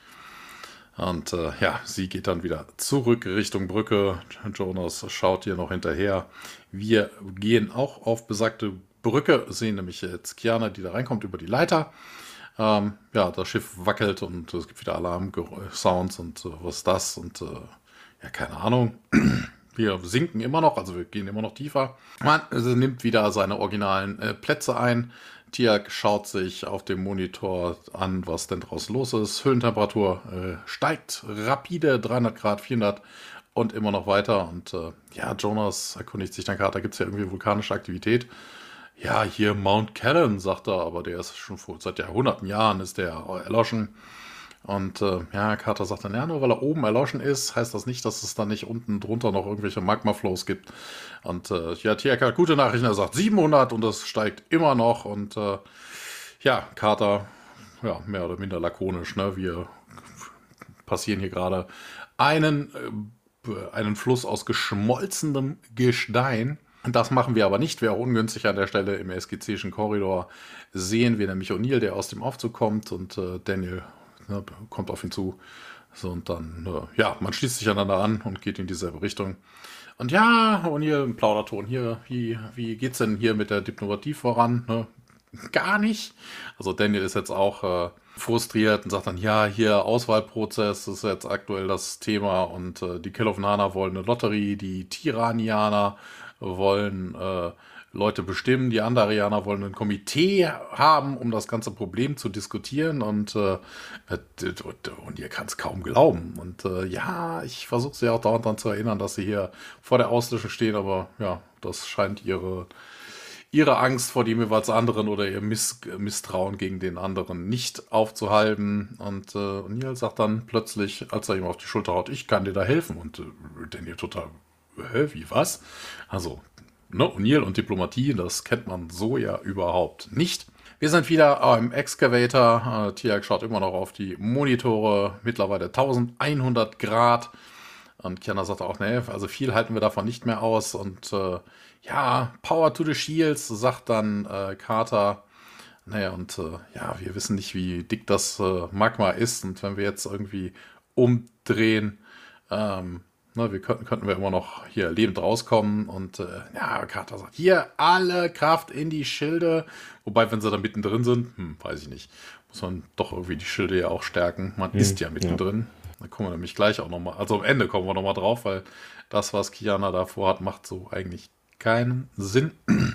Und äh, ja, sie geht dann wieder zurück Richtung Brücke. Jonas schaut hier noch hinterher. Wir gehen auch auf besagte Brücke, sehen nämlich jetzt Kiana, die da reinkommt über die Leiter. Ähm, ja, das Schiff wackelt und es gibt wieder Alarm-Sounds und äh, was ist das? Und äh, ja, keine Ahnung. Wir sinken immer noch, also wir gehen immer noch tiefer. Man also nimmt wieder seine originalen äh, Plätze ein. Tiag schaut sich auf dem Monitor an, was denn draußen los ist. Höhlentemperatur äh, steigt rapide, dreihundert Grad, vierhundert und immer noch weiter. Und äh, ja, Jonas erkundigt sich dann gerade, da gibt es ja irgendwie vulkanische Aktivität. Ja, hier Mount Callan, sagt er, aber der ist schon vor, seit Jahrhunderten Jahren ist der erloschen. Und äh, ja, Carter sagt dann, ja, nur weil er oben erloschen ist, heißt das nicht, dass es dann nicht unten drunter noch irgendwelche Magma-Flows gibt. Und äh, ja, Tiag hat gute Nachrichten, er sagt siebenhundert und das steigt immer noch. Und äh, ja, Carter, ja, mehr oder minder lakonisch, ne, wir passieren hier gerade einen, äh, einen Fluss aus geschmolzenem Gestein. Das machen wir aber nicht, wäre auch ungünstig an der Stelle. Im S G C-schen Korridor sehen wir nämlich O'Neill, der aus dem Aufzug kommt und äh, Daniel ne, kommt auf ihn zu. So, und dann, äh, ja, man schließt sich einander an und geht in dieselbe Richtung. Und ja, O'Neill im Plauderton hier, wie, wie geht's denn hier mit der Diplomatie voran? Ne? Gar nicht. Also Daniel ist jetzt auch äh, frustriert und sagt dann, ja, hier Auswahlprozess ist jetzt aktuell das Thema und äh, die Kelownaner wollen eine Lotterie, die Tiranianer wollen äh, Leute bestimmen, die Andarianer wollen ein Komitee haben, um das ganze Problem zu diskutieren und, äh, und ihr kann es kaum glauben. Und äh, ja, ich versuche sie auch dauernd daran zu erinnern, dass sie hier vor der Auslöschung stehen, aber ja, das scheint ihre, ihre Angst vor dem jeweils anderen oder ihr Miss, Misstrauen gegen den anderen nicht aufzuhalten. Und äh, O'Neill sagt dann plötzlich, als er ihm auf die Schulter haut, ich kann dir da helfen. Und äh, Daniel total, hä, wie, was? Also, ne, O'Neill und Diplomatie, das kennt man so ja überhaupt nicht. Wir sind wieder im Excavator. Äh, Tiag schaut immer noch auf die Monitore, mittlerweile elfhundert Grad. Und Kiana sagt auch, ne, also viel halten wir davon nicht mehr aus. Und äh, ja, Power to the Shields, sagt dann äh, Carter. Naja, und äh, ja, wir wissen nicht, wie dick das äh, Magma ist. Und wenn wir jetzt irgendwie umdrehen, ähm, na, wir könnten, könnten wir immer noch hier lebend rauskommen. Und äh, ja, Carter sagt, hier alle Kraft in die Schilde. Wobei, wenn sie da mittendrin sind, hm, weiß ich nicht, muss man doch irgendwie die Schilde ja auch stärken. Man hm, ist ja mittendrin. Ja. Da kommen wir nämlich gleich auch nochmal, also am Ende kommen wir nochmal drauf, weil das, was Kiana da vorhat, macht so eigentlich keinen Sinn.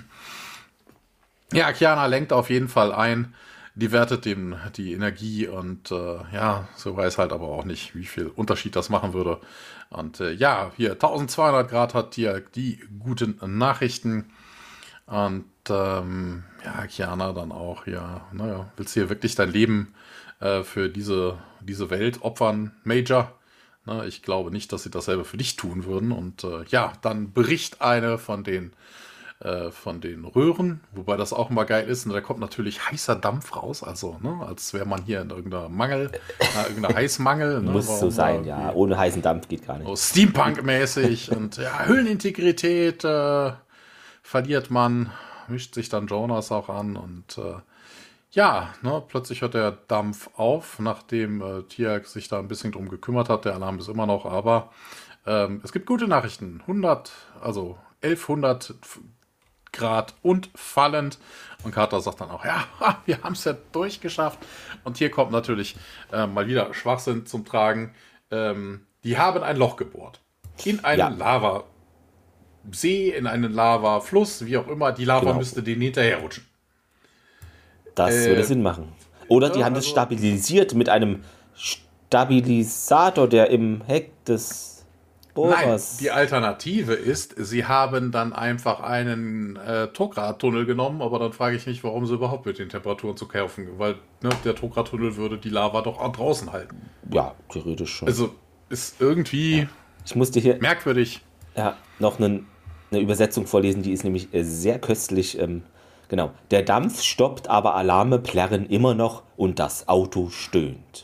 Ja, Kiana lenkt auf jeden Fall ein, die wertet dem die Energie und äh, ja, so weiß halt aber auch nicht, wie viel Unterschied das machen würde. Und äh, ja, hier eintausendzweihundert Grad hat hier die guten Nachrichten. Und ähm, ja, Kiana dann auch, ja, naja, willst du hier wirklich dein Leben äh, für diese, diese Welt opfern, Major? Na, ich glaube nicht, dass sie dasselbe für dich tun würden. Und äh, ja, dann bricht eine von den äh, von den Röhren, wobei das auch immer geil ist. Und da kommt natürlich heißer Dampf raus, also ne, als wäre man hier in irgendeiner Mangel, äh, irgendeiner Heißmangel. Ne, muss so sein, ja. Ohne heißen Dampf geht gar nicht. So Steampunk-mäßig und ja, Höhlenintegrität äh, verliert man, mischt sich dann Jonas auch an und äh, ja, ne, plötzlich hört der Dampf auf, nachdem äh, Tiag sich da ein bisschen drum gekümmert hat. Der Alarm ist immer noch, aber ähm, es gibt gute Nachrichten. hundert, also elfhundert Grad und fallend. Und Carter sagt dann auch, ja, wir haben es ja durchgeschafft. Und hier kommt natürlich äh, mal wieder Schwachsinn zum Tragen. Ähm, die haben ein Loch gebohrt. In einen ja. Lavasee, in einen Lavafluss, wie auch immer. Die Lava genau. müsste denen hinterherrutschen. Das äh, würde Sinn machen. Oder ja, die haben also, das stabilisiert mit einem Stabilisator, der im Heck des Bohrers... Nein, die Alternative ist, sie haben dann einfach einen äh, Tokra-Tunnel genommen, aber dann frage ich mich, warum sie überhaupt mit den Temperaturen zu kämpfen, weil ne, der Tokra-Tunnel würde die Lava doch draußen halten. Ja, theoretisch schon. Also ist irgendwie Ich musste hier merkwürdig. Ja, noch einen, eine Übersetzung vorlesen, die ist nämlich äh, sehr köstlich. Ähm, genau. Der Dampf stoppt, aber Alarme plärren immer noch und das Auto stöhnt.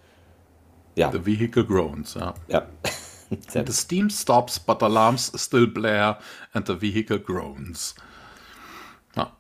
Ja. The vehicle groans, ja. Ja. The steam stops, but alarms still blare and the vehicle groans. Ja.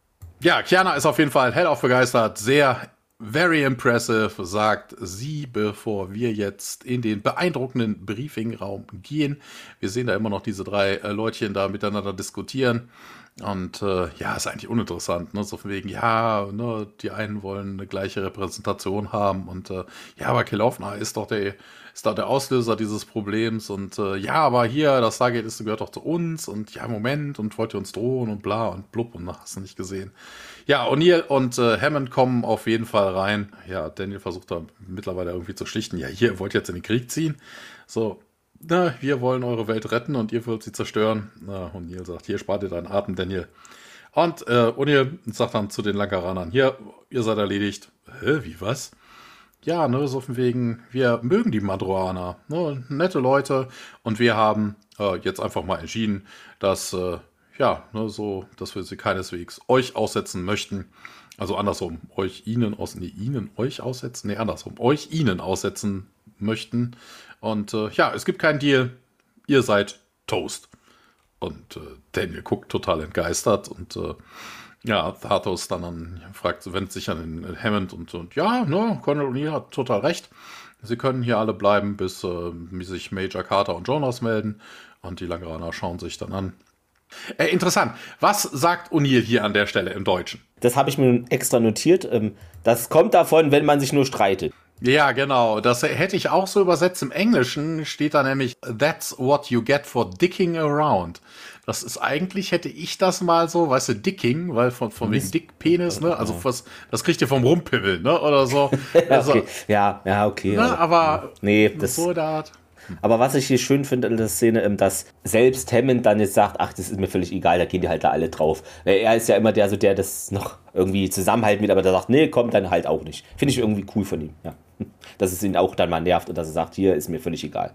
Ja, Chiana ist auf jeden Fall hellauf begeistert, sehr very impressive, sagt sie, bevor wir jetzt in den beeindruckenden Briefingraum gehen. Wir sehen da immer noch diese drei äh, Leutchen da miteinander diskutieren. Und äh, ja, ist eigentlich uninteressant, ne? So von wegen, ja, ne, die einen wollen eine gleiche Repräsentation haben und äh, ja, aber Kelowna ist doch der, ist doch der Auslöser dieses Problems und äh, ja, aber hier, das Stargate ist, gehört doch zu uns und ja, Moment und wollt ihr uns drohen und bla und blub und hast du nicht gesehen. Ja, O'Neill und äh, Hammond kommen auf jeden Fall rein. Ja, Daniel versucht da mittlerweile irgendwie zu schlichten. Ja, hier, ihr wollt jetzt in den Krieg ziehen? So, na, wir wollen eure Welt retten und ihr wollt sie zerstören. Na, O'Neill sagt, hier spart ihr deinen Atem, Daniel. Und äh, O'Neill sagt dann zu den Lankaranern, hier, ihr seid erledigt. Hä, wie, was? Ja, ne, so von wegen, wir mögen die Madroaner, ne, nette Leute. Und wir haben äh, jetzt einfach mal entschieden, dass, äh, ja, ne, so, dass wir sie keineswegs euch aussetzen möchten. Also andersrum, euch ihnen aus, nee, ihnen euch aussetzen? Nee, andersrum, euch ihnen aussetzen möchten. Und äh, ja, es gibt keinen Deal. Ihr seid Toast. Und äh, Daniel guckt total entgeistert. Und äh, ja, Thatos dann an, fragt, wendet sich an den Hammond und, und ja, ne, Colonel O'Neill hat total recht. Sie können hier alle bleiben, bis äh, sich Major Carter und Jonas melden. Und die Langeraner schauen sich dann an. Äh, interessant. Was sagt O'Neill hier an der Stelle im Deutschen? Das habe ich mir extra notiert. Das kommt davon, wenn man sich nur streitet. Ja, genau. Das hätte ich auch so übersetzt. Im Englischen steht da nämlich That's what you get for dicking around. Das ist eigentlich, hätte ich das mal so, weißt du, Dicking, weil von, von wegen Dickpenis, ne? Also was, das kriegt ihr vom Rumpimmeln, ne? Oder so. Also, okay. Ja, ja, okay. Ne? Aber nee, das, so der Art. Aber was ich hier schön finde in der Szene, dass selbst Hammond dann jetzt sagt, ach, das ist mir völlig egal, da gehen die halt da alle drauf. Er ist ja immer der, so der das noch irgendwie zusammenhalten will, aber der sagt, nee, komm, dann halt auch nicht. Finde ich irgendwie cool von ihm, ja. Dass es ihn auch dann mal nervt und dass er sagt, hier ist mir völlig egal.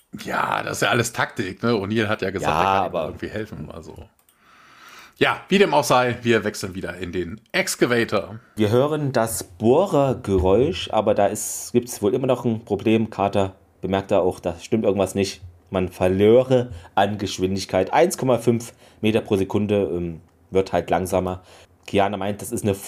Ja, das ist ja alles Taktik, ne? O'Neill hat ja gesagt, ja, er kann aber irgendwie helfen, also. Ja, wie dem auch sei, wir wechseln wieder in den Excavator. Wir hören das Bohrergeräusch, aber da gibt es wohl immer noch ein Problem. Carter bemerkt er auch, da stimmt irgendwas nicht. Man verlöre an Geschwindigkeit. eins Komma fünf Meter pro Sekunde ähm, wird halt langsamer. Chiana meint, das ist eine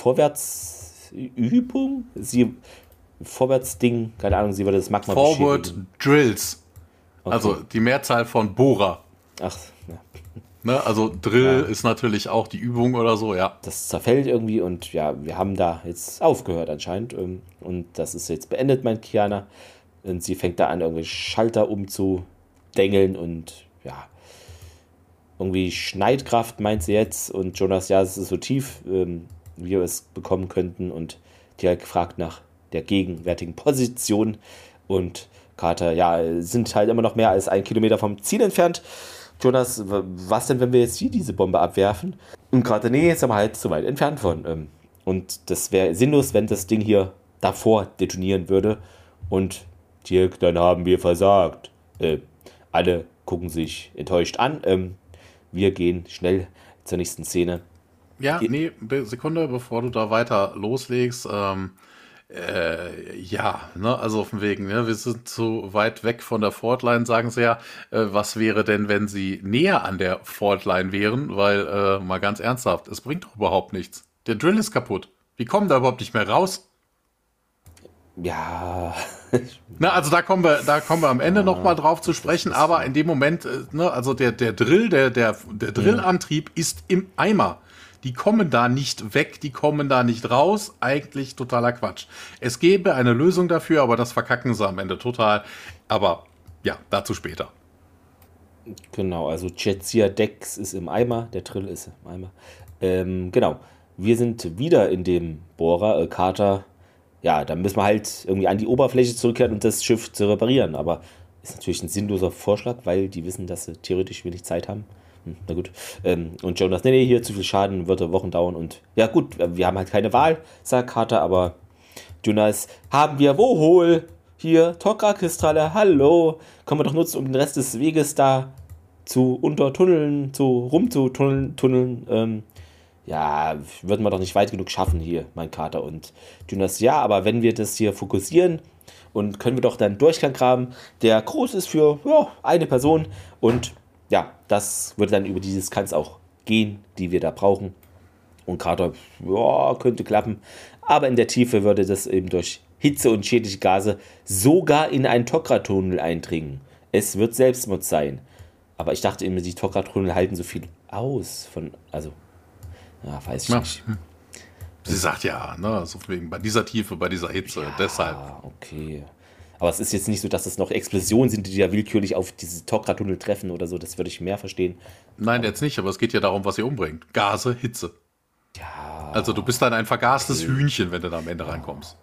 Vorwärtsübung. Sie, Vorwärtsding, keine Ahnung, sie würde das Magma Forward beschädigen. Drills. Okay. Also die Mehrzahl von Bohrer. Ach, ja. Ne, also Drill Ja. ist natürlich auch die Übung oder so, ja. Das zerfällt irgendwie und ja, wir haben da jetzt aufgehört anscheinend. ähm, Und das ist jetzt beendet, meint Chiana. Und sie fängt da an, irgendwie Schalter umzudengeln und ja, irgendwie Schneidkraft meint sie jetzt. Und Jonas, ja, es ist so tief, ähm, wie wir es bekommen könnten. Und die hat gefragt nach der gegenwärtigen Position. Und Carter, ja, sind halt immer noch mehr als ein Kilometer vom Ziel entfernt. Jonas, was denn, wenn wir jetzt hier diese Bombe abwerfen? Und Carter, nee, jetzt sind wir halt zu weit entfernt von. Ähm, und das wäre sinnlos, wenn das Ding hier davor detonieren würde. Und Dirk, dann haben wir versagt. Äh, alle gucken sich enttäuscht an. Ähm, wir gehen schnell zur nächsten Szene. Ja, nee, Sekunde, bevor du da weiter loslegst. Ähm, äh, ja, ne, also von wegen, ne, wir sind zu weit weg von der Faultline, sagen sie ja. Äh, was wäre denn, wenn sie näher an der Faultline wären? Weil, äh, mal ganz ernsthaft, es bringt doch überhaupt nichts. Der Drill ist kaputt. Wir kommen da überhaupt nicht mehr raus. Ja. Na, also da kommen wir, da kommen wir am Ende ja, noch mal drauf zu sprechen, aber in dem Moment, ne, also der, der Drill, der, der, der Drillantrieb ist im Eimer. Die kommen da nicht weg, die kommen da nicht raus. Eigentlich totaler Quatsch. Es gäbe eine Lösung dafür, aber das verkacken sie am Ende total. Aber ja, dazu später. Genau, also Jetsia Dex ist im Eimer, der Drill ist im Eimer. Ähm, genau, wir sind wieder in dem Bohrer, äh, Carter. Ja, dann müssen wir halt irgendwie an die Oberfläche zurückkehren und das Schiff zu reparieren. Aber ist natürlich ein sinnloser Vorschlag, weil die wissen, dass sie theoretisch wenig Zeit haben. Hm, na gut. Ähm, und Jonas, nee, nee, hier zu viel Schaden, würde Wochen dauern. Und ja gut, wir haben halt keine Wahl, sagt Carter, aber Jonas, haben wir wo wohl? hier, Tok'ra-Kristalle, hallo, können wir doch nutzen, um den Rest des Weges da zu untertunneln, zu rumzutunneln, tunneln, ähm, ja, würden wir doch nicht weit genug schaffen hier, mein Kater. Und Jonas, ja, aber wenn wir das hier fokussieren und können wir doch dann einen Durchgang graben, der groß ist für ja, eine Person und ja, das würde dann über die Distanz auch gehen, die wir da brauchen. Und Kater, ja, könnte klappen, aber in der Tiefe würde das eben durch Hitze und schädliche Gase sogar in einen Tok'ra-Tunnel eindringen. Es wird Selbstmord sein. Aber ich dachte immer, die Tok'ra-Tunnel halten so viel aus von, also, ja, weiß ich Ja. nicht. Sie sagt ja, ne, so wegen bei dieser Tiefe, bei dieser Hitze, deshalb. Ah, okay. Aber es ist jetzt nicht so, dass es noch Explosionen sind, die da willkürlich auf diese Tok'ra-Tunnel treffen oder so. Das würde ich mehr verstehen. Nein, jetzt nicht, aber es geht ja darum, was sie umbringt. Gase, Hitze. Ja. Also du bist dann ein vergastes Hühnchen, wenn du da am Ende reinkommst.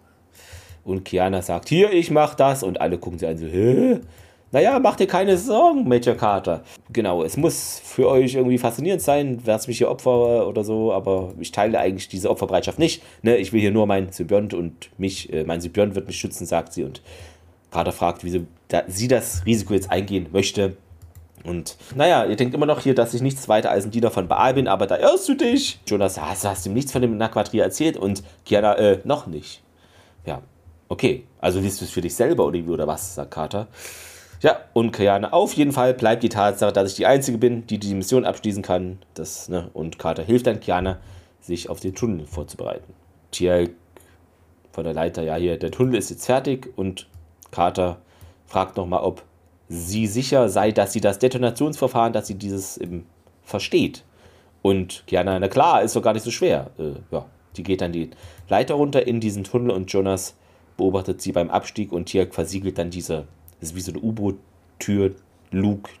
Und Kiana sagt, hier, ich mach das. Und alle gucken sie an so, hä? Naja, mach dir keine Sorgen, Major Carter. Genau, es muss für euch irgendwie faszinierend sein, wer es mich hier opfere oder so, aber ich teile eigentlich diese Opferbereitschaft nicht. Ne? Ich will hier nur meinen Symbiont und mich, äh, mein Symbiont wird mich schützen, sagt sie. Und Carter fragt, wieso da, sie das Risiko jetzt eingehen möchte. Und naja, ihr denkt immer noch hier, dass ich nichts weiter als ein Diener von Baal bin, aber da irrst du dich. Jonas, hast, hast du ihm nichts von dem Naquadria erzählt? Und Kiana, äh, noch nicht. Ja, okay, also liest du es für dich selber oder wie oder was, sagt Carter. Ja, und Kiana, auf jeden Fall bleibt die Tatsache, dass ich die Einzige bin, die die Mission abschließen kann. Das, ne, und Carter hilft dann Kiana, sich auf den Tunnel vorzubereiten. Tielk von der Leiter, ja hier, der Tunnel ist jetzt fertig und Carter fragt nochmal, ob sie sicher sei, dass sie das Detonationsverfahren, dass sie dieses eben versteht. Und Kiana, na klar, ist doch gar nicht so schwer. Äh, ja, die geht dann die Leiter runter in diesen Tunnel und Jonas beobachtet sie beim Abstieg und Tielk versiegelt dann diese, das ist wie so eine U-Boot-Tür, Luke,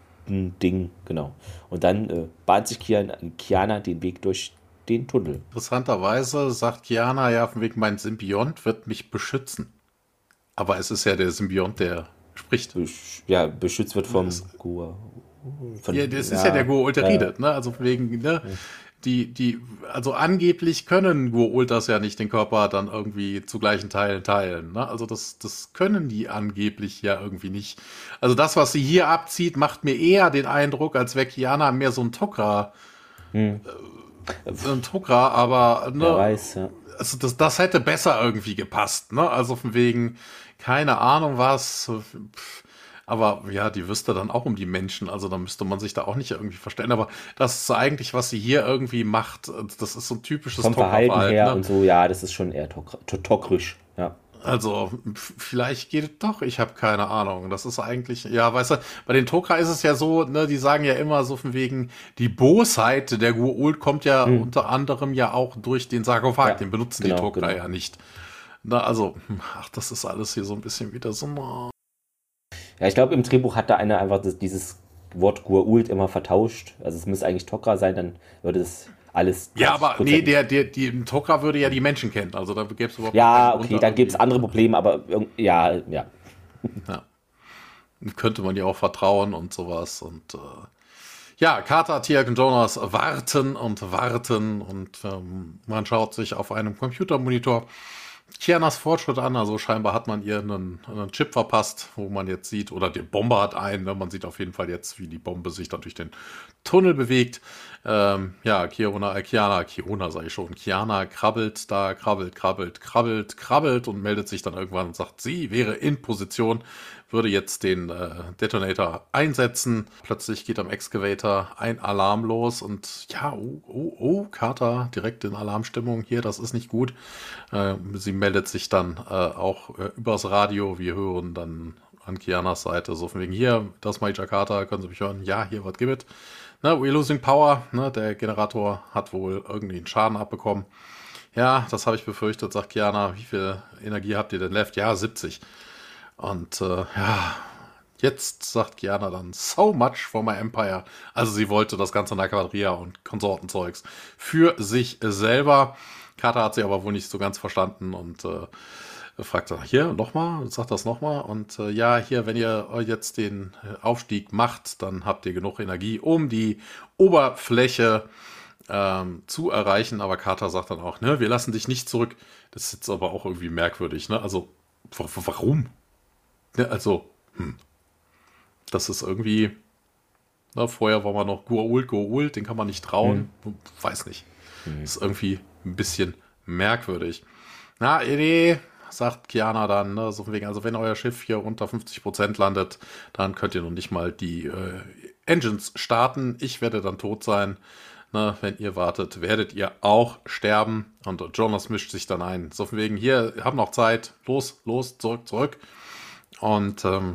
Ding, genau. Und dann äh, bahnt sich Kiana, Kiana den Weg durch den Tunnel. Interessanterweise sagt Kiana ja von wegen, mein Symbiont wird mich beschützen. Aber es ist ja der Symbiont, der spricht. Besch ja, beschützt wird vom Gua. Von, Ja, das ist ja der Gua'uld, der ja. redet, ne? Also von wegen, ne? Die, die, also angeblich können Gua'uldas ja nicht den Körper dann irgendwie zu gleichen Teilen teilen, ne? Also das, das können die angeblich ja irgendwie nicht. Also das, was sie hier abzieht, macht mir eher den Eindruck, als wäre Kiana mehr so ein Tok'ra. Hm. Äh, so ein Tok'ra, aber, ne? Wer weiß, ja. Also das, das hätte besser irgendwie gepasst, ne? Also von wegen, keine Ahnung was, pff. Aber ja, die wüsste dann auch um die Menschen, also da müsste man sich da auch nicht irgendwie verstellen. Aber das ist so eigentlich, was sie hier irgendwie macht, das ist so ein typisches Vom Verhalten her ne? und so, ja, das ist schon eher tokrisch, ja. Also, vielleicht geht es doch, ich habe keine Ahnung. Das ist eigentlich, ja, weißt du, bei den Tok'ra ist es ja so, ne, die sagen ja immer so von wegen, die Bosheit der Gua'uld kommt ja hm. unter anderem ja auch durch den Sarkophag, ja, den benutzen genau, die Tok'ra genau. ja nicht. Na, also, ach, das ist alles hier so ein bisschen wieder so, no. Ja, ich glaube, im Drehbuch hat da einer einfach das, dieses Wort Gua'uld immer vertauscht. Also es müsste eigentlich Tok'ra sein, dann würde das alles... Ja, aber nee, der, der, die Tok'ra würde ja die Menschen kennen. Also da gäbe es überhaupt Ja, okay, dann gibt es andere Probleme, aber ja, ja. ja. Könnte man ja auch vertrauen und sowas. Und äh, ja, Carter, Tielk und Jonas warten und warten und ähm, man schaut sich auf einem Computermonitor Kianas Fortschritt an, also scheinbar hat man ihr einen, einen Chip verpasst, wo man jetzt sieht, oder der Bomber hat einen, ne? Man sieht auf jeden Fall jetzt, wie die Bombe sich dann durch den Tunnel bewegt. Ähm, ja, Kiona, äh, Kiana, Kiona sage ich schon, Kiana krabbelt da, krabbelt, krabbelt, krabbelt, krabbelt und meldet sich dann irgendwann und sagt, sie wäre in Position, würde jetzt den äh, Detonator einsetzen. Plötzlich geht am Excavator ein Alarm los und ja, oh, oh, oh, Carter direkt in Alarmstimmung hier, das ist nicht gut. Äh, sie meldet sich dann äh, auch äh, übers Radio, wir hören dann an Kianas Seite, so von wegen hier, das ist Major Carter, können Sie mich hören? Ja, hier, was gibt es? Ne, we're losing power, ne, der Generator hat wohl irgendwie einen Schaden abbekommen. Ja, das habe ich befürchtet, sagt Kiana, wie viel Energie habt ihr denn left? Ja, siebzig. Und äh, ja, jetzt sagt Kiana dann, so much for my empire. Also sie wollte das ganze Naquadria und Konsortenzeugs für sich selber. Carter hat sie aber wohl nicht so ganz verstanden und äh, fragt dann, hier, nochmal, sagt das nochmal. Und äh, ja, hier, wenn ihr jetzt den Aufstieg macht, dann habt ihr genug Energie, um die Oberfläche ähm, zu erreichen. Aber Carter sagt dann auch, ne, wir lassen dich nicht zurück. Das ist jetzt aber auch irgendwie merkwürdig, ne? Also, w- warum? Ja, also, hm, das ist irgendwie, na, vorher war man noch Goa'uld, Goa'uld, den kann man nicht trauen. Hm. Weiß nicht. Hm. Ist irgendwie ein bisschen merkwürdig. Na, nee, sagt Kiana dann, ne, so von wegen, also wenn euer Schiff hier unter fünfzig Prozent landet, dann könnt ihr noch nicht mal die äh, Engines starten. Ich werde dann tot sein. Ne, wenn ihr wartet, werdet ihr auch sterben. Und Jonas mischt sich dann ein. So von wegen, hier, haben noch Zeit. Los, los, zurück, zurück. Und ähm,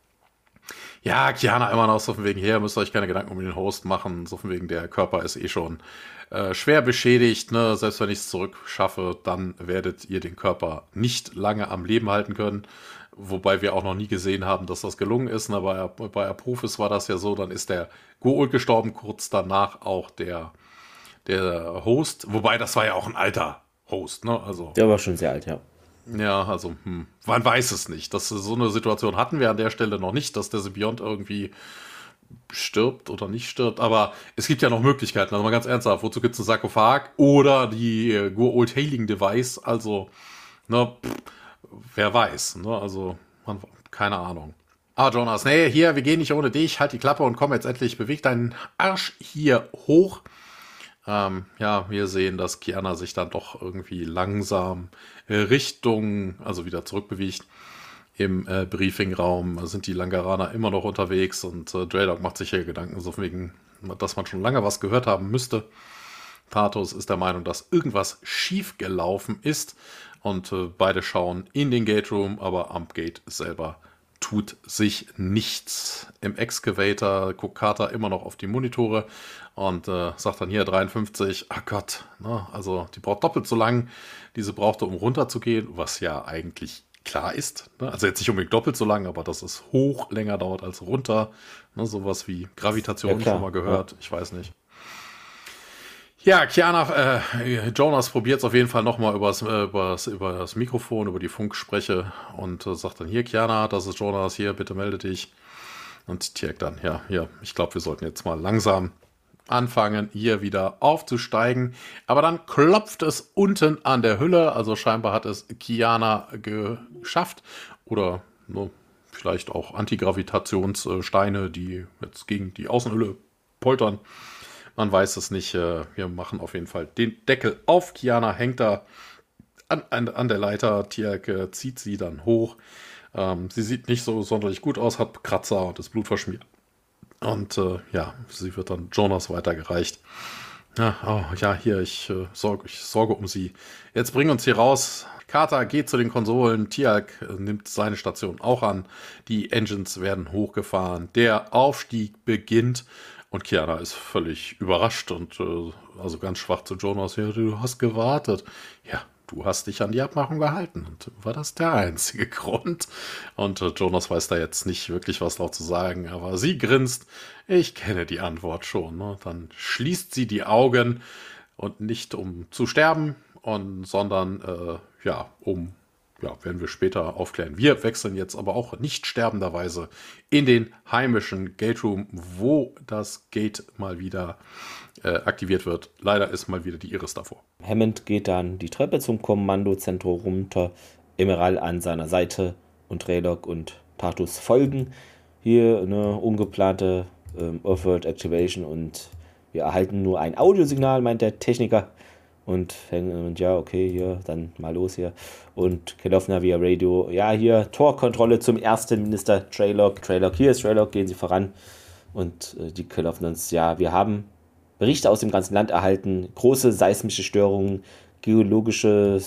ja, Kiana immer noch so von wegen, hier müsst ihr euch keine Gedanken um den Host machen. So von wegen, der Körper ist eh schon äh, schwer beschädigt. Ne? Selbst wenn ich es zurückschaffe, dann werdet ihr den Körper nicht lange am Leben halten können. Wobei wir auch noch nie gesehen haben, dass das gelungen ist. Ne? Bei, bei Apophis war das ja so, dann ist der Goa'uld gestorben, kurz danach auch der, der Host. Wobei, das war ja auch ein alter Host. Ne? Also, der war schon sehr alt, ja. Ja, also, hm, man weiß es nicht. Das, so eine Situation hatten wir an der Stelle noch nicht, dass der Symbiont irgendwie stirbt oder nicht stirbt. Aber es gibt ja noch Möglichkeiten. Also mal ganz ernsthaft, wozu gibt es einen Sarkophag oder die äh, Goa'uld Hailing Device? Also, ne, pff, wer weiß. Ne? Also, man, keine Ahnung. Ah, Jonas, nee, hier, wir gehen nicht ohne dich. Halt die Klappe und komm jetzt endlich. Beweg deinen Arsch hier hoch. Ähm, ja, wir sehen, dass Kiana sich dann doch irgendwie langsam Richtung, also wieder zurückbewegt. Im äh, Briefingraum sind die Langaraner immer noch unterwegs und äh, Dreadnought macht sich hier Gedanken, so wegen, dass man schon lange was gehört haben müsste. Tartus ist der Meinung, dass irgendwas schief gelaufen ist und äh, beide schauen in den Gate Room, aber am Gate selber tut sich nichts. Im Excavator guckt Carter immer noch auf die Monitore und äh, sagt dann hier dreiundfünfzig, ach Gott, ne, also die braucht doppelt so lang, diese brauchte, um runterzugehen, was ja eigentlich klar ist. Ne? Also jetzt nicht unbedingt doppelt so lang, aber dass es hoch länger dauert als runter. Ne? Sowas wie Gravitation ja, schon mal gehört, ja. Ich weiß nicht. Ja, Kiana, äh, Jonas probiert es auf jeden Fall nochmal übers, äh, übers, über das Mikrofon, über die Funkspreche und äh, sagt dann, hier Kiana, das ist Jonas, hier, bitte melde dich. Und Tirk dann, ja, hier, ich glaube, wir sollten jetzt mal langsam anfangen, hier wieder aufzusteigen. Aber dann klopft es unten an der Hülle, also scheinbar hat es Kiana geschafft. Oder ne, vielleicht auch Antigravitationssteine, die jetzt gegen die Außenhülle poltern. Man weiß es nicht. Wir machen auf jeden Fall den Deckel auf. Kiana hängt da an, an, an der Leiter. Tirk zieht sie dann hoch. Ähm, sie sieht nicht so sonderlich gut aus, hat Kratzer und ist blutverschmiert. Und äh, ja, sie wird dann Jonas weitergereicht. Ja, oh, ja, hier, ich, äh, sorge, ich sorge um sie. Jetzt bring uns hier raus. Carter geht zu den Konsolen. Tiag äh, nimmt seine Station auch an. Die Engines werden hochgefahren. Der Aufstieg beginnt. Und Kiana ist völlig überrascht und äh, also ganz schwach zu Jonas. Ja, du hast gewartet. Ja, du hast dich an die Abmachung gehalten. Und war das der einzige Grund? Und äh, Jonas weiß da jetzt nicht wirklich was drauf zu sagen, aber sie grinst. Ich kenne die Antwort schon. Ne? Dann schließt sie die Augen und nicht um zu sterben, und, sondern äh, ja, um, ja, werden wir später aufklären. Wir wechseln jetzt aber auch nicht sterbenderweise in den heimischen Gate Room, wo das Gate mal wieder äh, aktiviert wird. Leider ist mal wieder die Iris davor. Hammond geht dann die Treppe zum Kommandozentrum runter, Emerald an seiner Seite und Traylock und Tartus folgen. Hier eine ungeplante ähm, Off-World Activation und wir erhalten nur ein Audiosignal, meint der Techniker. Und, und ja, okay, hier, dann mal los hier. Und Kelowna via Radio, ja, hier, Torkontrolle zum ersten Minister Traylock. Traylock, hier ist Traylock, gehen Sie voran. Und äh, die Kelownans, ja, wir haben Berichte aus dem ganzen Land erhalten, große seismische Störungen, geologische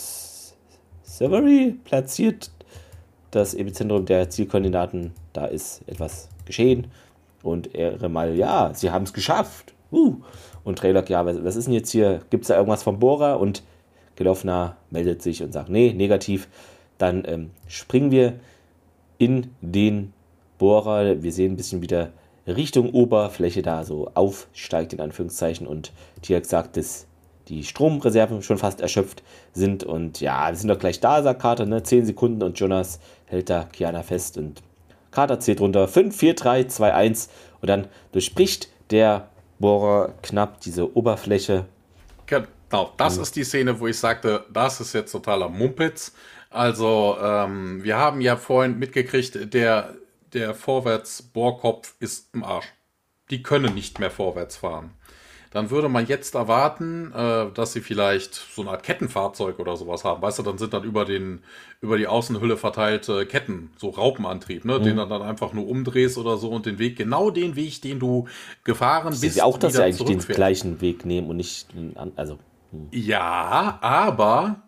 Severy platziert das Epizentrum der Zielkoordinaten, da ist etwas geschehen. Und er mal, ja, Sie haben es geschafft. Uh. Und Traylock, ja, was, was ist denn jetzt hier? Gibt es da irgendwas vom Bohrer? Und Kelowna meldet sich und sagt, nee, negativ. Dann ähm, springen wir in den Bohrer. Wir sehen ein bisschen wieder Richtung Oberfläche da so aufsteigt, in Anführungszeichen. Und Tiag sagt, dass die Stromreserven schon fast erschöpft sind. Und ja, wir sind doch gleich da, sagt Carter, ne? zehn Sekunden und Jonas hält da Kiana fest. Und Carter zählt runter. fünf, vier, drei, zwei, eins. Und dann durchbricht der Bohrer knapp diese Oberfläche. Genau, das ist die Szene, wo ich sagte, das ist jetzt totaler Mumpitz. Also, ähm, wir haben ja vorhin mitgekriegt, der, der Vorwärts-Bohrkopf ist im Arsch. Die können nicht mehr vorwärts fahren. Dann würde man jetzt erwarten, äh, dass sie vielleicht so eine Art Kettenfahrzeug oder sowas haben. Weißt du, dann sind dann über den über die Außenhülle verteilte Ketten, so Raupenantrieb, ne, mhm. den du dann einfach nur umdrehst oder so und den Weg, genau den Weg, den du gefahren bist, ist ja auch, dass sie eigentlich den gleichen Weg nehmen und nicht, also. Hm. Ja, aber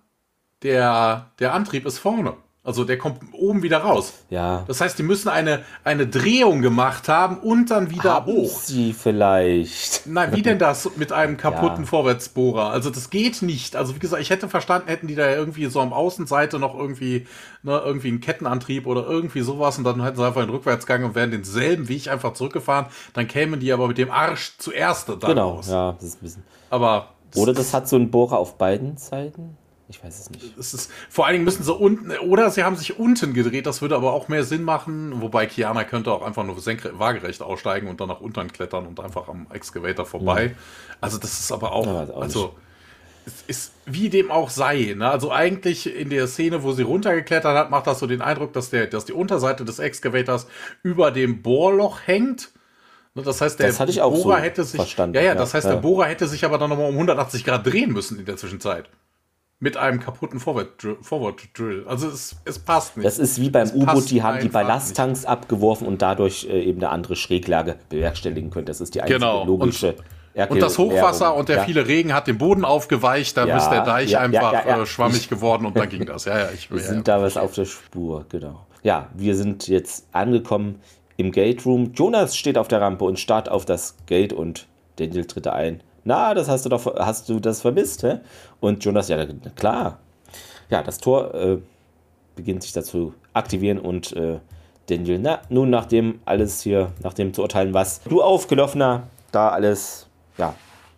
der, der Antrieb ist vorne. Also der kommt oben wieder raus. Ja. Das heißt, die müssen eine, eine Drehung gemacht haben und dann wieder haben hoch. Sie vielleicht. Nein, wie denn das mit einem kaputten Ja. Vorwärtsbohrer? Also das geht nicht. Also wie gesagt, ich hätte verstanden, hätten die da irgendwie so am Außenseite noch irgendwie, ne, irgendwie einen Kettenantrieb oder irgendwie sowas und dann hätten sie einfach einen Rückwärtsgang und wären denselben Weg einfach zurückgefahren. Dann kämen die aber mit dem Arsch zuerst da Genau, raus. ja, das ist ein bisschen. Aber Oder das hat so einen Bohrer auf beiden Seiten? Ich weiß es nicht. Es ist, vor allen Dingen müssen sie unten, oder sie haben sich unten gedreht, das würde aber auch mehr Sinn machen, wobei Kiana könnte auch einfach nur senkre- waagerecht aussteigen und dann nach unten klettern und einfach am Excavator vorbei. Ja. Also das ist aber auch, ja, auch also es ist wie dem auch sei, ne? Also eigentlich in der Szene, wo sie runtergeklettert hat, macht das so den Eindruck, dass, der, dass die Unterseite des Excavators über dem Bohrloch hängt. Das heißt, der das hatte ich auch Bohrer so hätte sich, verstanden. Ja, ja, das ja, heißt, ja. der Bohrer hätte sich aber dann nochmal um hundertachtzig Grad drehen müssen in der Zwischenzeit. Mit einem kaputten Forward-Drill. Forward Drill. Also es, es passt nicht. Das ist wie beim Es U-Boot, passt die haben die einfach Ballasttanks nicht. abgeworfen und dadurch äh, eben eine andere Schräglage bewerkstelligen können. Das ist die einzige Genau. logische Und, und das Hochwasser und der ja. viele Regen hat den Boden aufgeweicht, da Ja, ist der Deich ja, einfach ja, ja, ja. Äh, schwammig Ich- geworden und dann ging das. Ja, ja, ich, Wir ja, sind ja. da was auf der Spur, genau. Ja, wir sind jetzt angekommen im Gate Room. Jonas steht auf der Rampe und starrt auf das Gate und Daniel tritt da ein. Na, das hast du doch, hast du das vermisst, hä? Und Jonas, ja, na klar. Ja, das Tor äh, beginnt sich dazu aktivieren und äh, Daniel, na, nun nachdem alles hier, nachdem zu urteilen, was du aufgelaufener da alles, ja,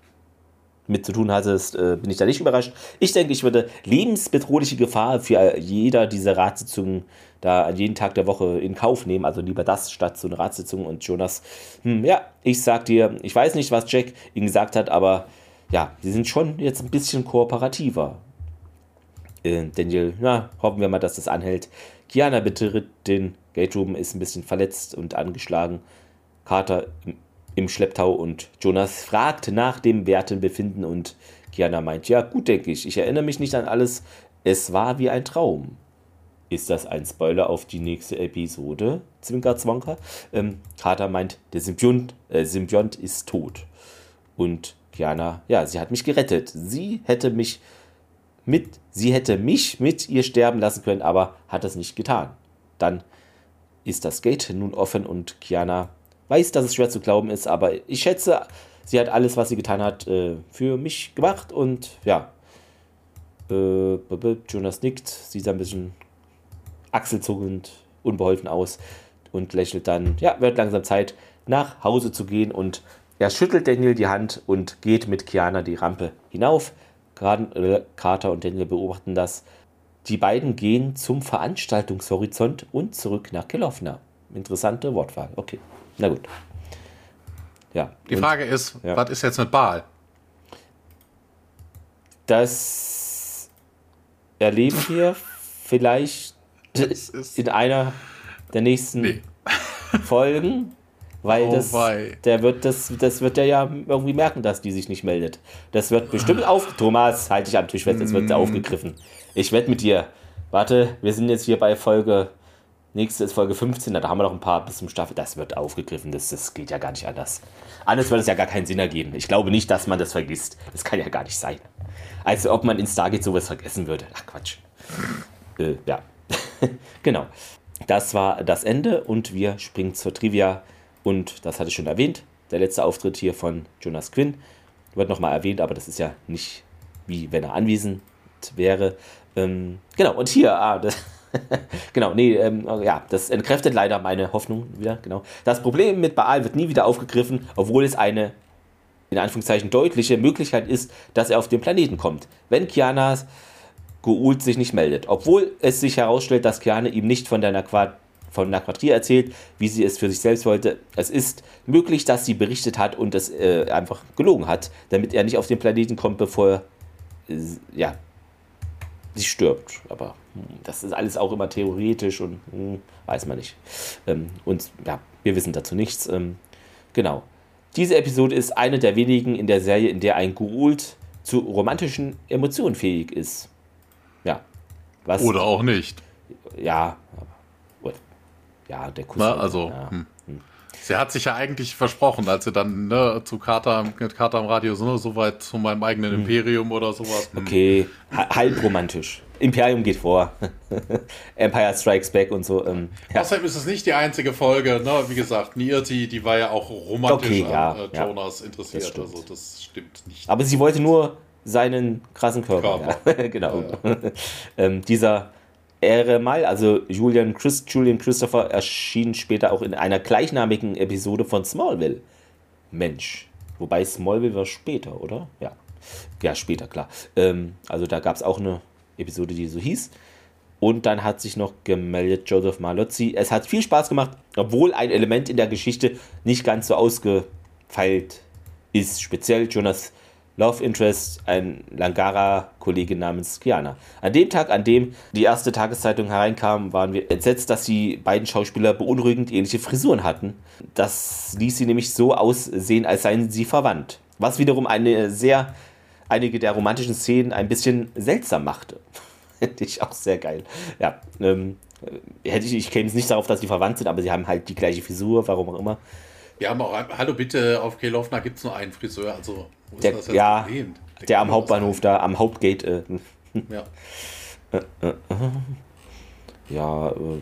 mit zu tun hattest, äh, bin ich da nicht überrascht. Ich denke, ich würde lebensbedrohliche Gefahr für jeder dieser Ratssitzungen da an jeden Tag der Woche in Kauf nehmen. Also lieber das statt so eine Ratssitzung. Und Jonas, hm, ja, ich sag dir, ich weiß nicht, was Jack ihm gesagt hat, aber ja, sie sind schon jetzt ein bisschen kooperativer. Äh, Daniel, na, hoffen wir mal, dass das anhält. Kiana betritt den Gate Room, ist ein bisschen verletzt und angeschlagen. Carter im, im Schlepptau und Jonas fragt nach dem Wertebefinden und Kiana meint, ja gut, denke ich, ich erinnere mich nicht an alles, es war wie ein Traum. Ist das ein Spoiler auf die nächste Episode? Zwinker, Zwonker. Ähm, Carter meint, der Symbiont, äh, Symbiont ist tot. Und Kiana, ja, sie hat mich gerettet. Sie hätte mich mit, sie hätte mich mit ihr sterben lassen können, aber hat es nicht getan. Dann ist das Gate nun offen und Kiana weiß, dass es schwer zu glauben ist, aber ich schätze, sie hat alles, was sie getan hat, äh, für mich gemacht und ja. Äh, Jonas nickt, sieht ein bisschen achselzuckend, unbeholfen aus und lächelt dann, ja, wird langsam Zeit, nach Hause zu gehen und er schüttelt Daniel die Hand und geht mit Kiana die Rampe hinauf. Gerade Carter und Daniel beobachten das. Die beiden gehen zum Veranstaltungshorizont und zurück nach Kelowna. Interessante Wortwahl. Okay, na gut. Ja. Die und Frage ist, ja. was ist jetzt mit Baal? Das erleben wir vielleicht Das ist- in einer der nächsten Nee. Folgen, weil Oh das, wei. der wird das, das wird der ja irgendwie merken, dass die sich nicht meldet. Das wird bestimmt auf. Thomas, halte dich am Tisch fest, es wird aufgegriffen. Ich wette mit dir. Warte, wir sind jetzt hier bei Folge. Nächste ist Folge fünfzehn, da haben wir noch ein paar bis zum Staffel. Das wird aufgegriffen, das, das geht ja gar nicht anders. Anders wird es ja gar keinen Sinn ergeben. Ich glaube nicht, dass man das vergisst. Das kann ja gar nicht sein. Als ob man in Stargate sowas vergessen würde. Ach Quatsch. Äh, ja. Genau. Das war das Ende und wir springen zur Trivia. Und das hatte ich schon erwähnt. Der letzte Auftritt hier von Jonas Quinn wird nochmal erwähnt, aber das ist ja nicht wie wenn er anwesend wäre. Ähm, genau, und hier, ah, das, genau, nee, ähm, ja, das entkräftet leider meine Hoffnung wieder, genau. Das Problem mit Baal wird nie wieder aufgegriffen, obwohl es eine, in Anführungszeichen, deutliche Möglichkeit ist, dass er auf den Planeten kommt. Wenn Kianas Goa'uld sich nicht meldet. Obwohl es sich herausstellt, dass Kiana ihm nicht von der Naquat, von Naquatria erzählt, wie sie es für sich selbst wollte. Es ist möglich, dass sie berichtet hat und es äh, einfach gelogen hat, damit er nicht auf den Planeten kommt, bevor äh, ja, sie stirbt. Aber hm, das ist alles auch immer theoretisch und hm, weiß man nicht. Ähm, und ja, wir wissen dazu nichts. Ähm, genau. Diese Episode ist eine der wenigen in der Serie, in der ein Goa'uld zu romantischen Emotionen fähig ist. Ja. Was? Oder auch nicht. Ja. Ja, der Kuss. Na, also, ja. hm. Sie hat sich ja eigentlich versprochen, als sie dann ne, zu Carter, mit Carter am Radio so, so weit zu meinem eigenen hm. Imperium oder sowas. Hm. Okay, halb romantisch. Imperium geht vor. Empire Strikes Back und so. Ähm, ja. Außerdem ist es nicht die einzige Folge. Ne? Wie gesagt, Nirti, die war ja auch romantisch okay, ja, an äh, Jonas ja, interessiert. Das also das stimmt nicht. Aber sie wollte nur seinen krassen Körper. Körper. Ja. Genau. Ja, ja. ähm, dieser Eremal, also Julian, Chris, Julian Christopher, erschien später auch in einer gleichnamigen Episode von Smallville. Mensch. Wobei Smallville war später, oder? Ja. Ja, später, klar. Ähm, also da gab es auch eine Episode, die so hieß. Und dann hat sich noch gemeldet Joseph Malozzi. Es hat viel Spaß gemacht, obwohl ein Element in der Geschichte nicht ganz so ausgefeilt ist. Speziell Jonas Love Interest, ein Langara-Kollege namens Kiana. An dem Tag, an dem die erste Tageszeitung hereinkam, waren wir entsetzt, dass die beiden Schauspieler beunruhigend ähnliche Frisuren hatten. Das ließ sie nämlich so aussehen, als seien sie verwandt. Was wiederum eine sehr, einige der romantischen Szenen ein bisschen seltsam machte. Finde ich auch sehr geil. Ja, ähm, hätte ich, ich käme jetzt nicht darauf, dass sie verwandt sind, aber sie haben halt die gleiche Frisur, warum auch immer. Wir haben auch, hallo bitte, auf Kelovna gibt es nur einen Friseur, also wo ist der, das jetzt ja, Problem? Der, der am Hauptbahnhof da, am Hauptgate. Äh. Ja. äh, äh, äh. Ja, äh,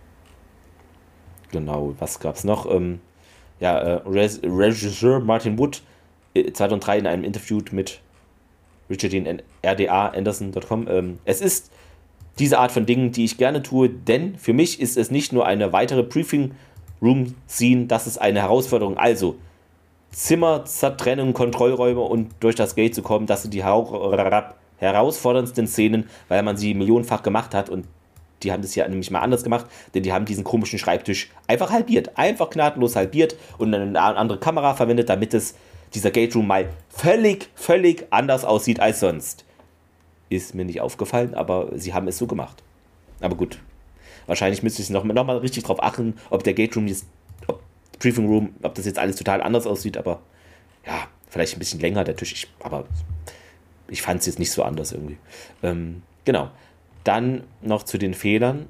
genau, was gab's noch? Ähm, ja, äh, Regisseur Martin Wood äh, zweitausenddrei in einem Interview mit Richard Dean R D A Anderson Punkt com. Ähm, es ist diese Art von Dingen, die ich gerne tue, denn für mich ist es nicht nur eine weitere Briefing Room Scene, das ist eine Herausforderung. Also, Zimmer, Zertrennung, Kontrollräume und durch das Gate zu kommen, das sind die herausforderndsten Szenen, weil man sie millionenfach gemacht hat und die haben das ja nämlich mal anders gemacht, denn die haben diesen komischen Schreibtisch einfach halbiert, einfach gnadenlos halbiert und eine andere Kamera verwendet, damit es dieser Gate Room mal völlig, völlig anders aussieht als sonst. Ist mir nicht aufgefallen, aber sie haben es so gemacht. Aber gut. Wahrscheinlich müsste ich noch, noch mal richtig drauf achten, ob der Gate Room, jetzt, ob Briefing Room, ob das jetzt alles total anders aussieht, aber ja, vielleicht ein bisschen länger der Tisch, ich, aber ich fand es jetzt nicht so anders irgendwie. Ähm, genau. Dann noch zu den Fehlern,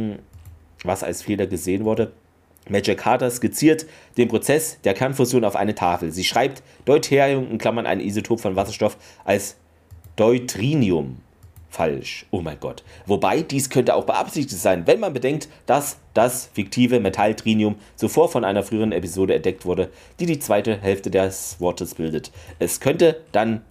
was als Fehler gesehen wurde. Major Carter skizziert den Prozess der Kernfusion auf eine Tafel. Sie schreibt Deuterium, in Klammern ein Isotop von Wasserstoff, als Deutrinium. Falsch. Oh mein Gott. Wobei, dies könnte auch beabsichtigt sein, wenn man bedenkt, dass das fiktive Metall Trinium zuvor von einer früheren Episode entdeckt wurde, die die zweite Hälfte des Wortes bildet. Es könnte dann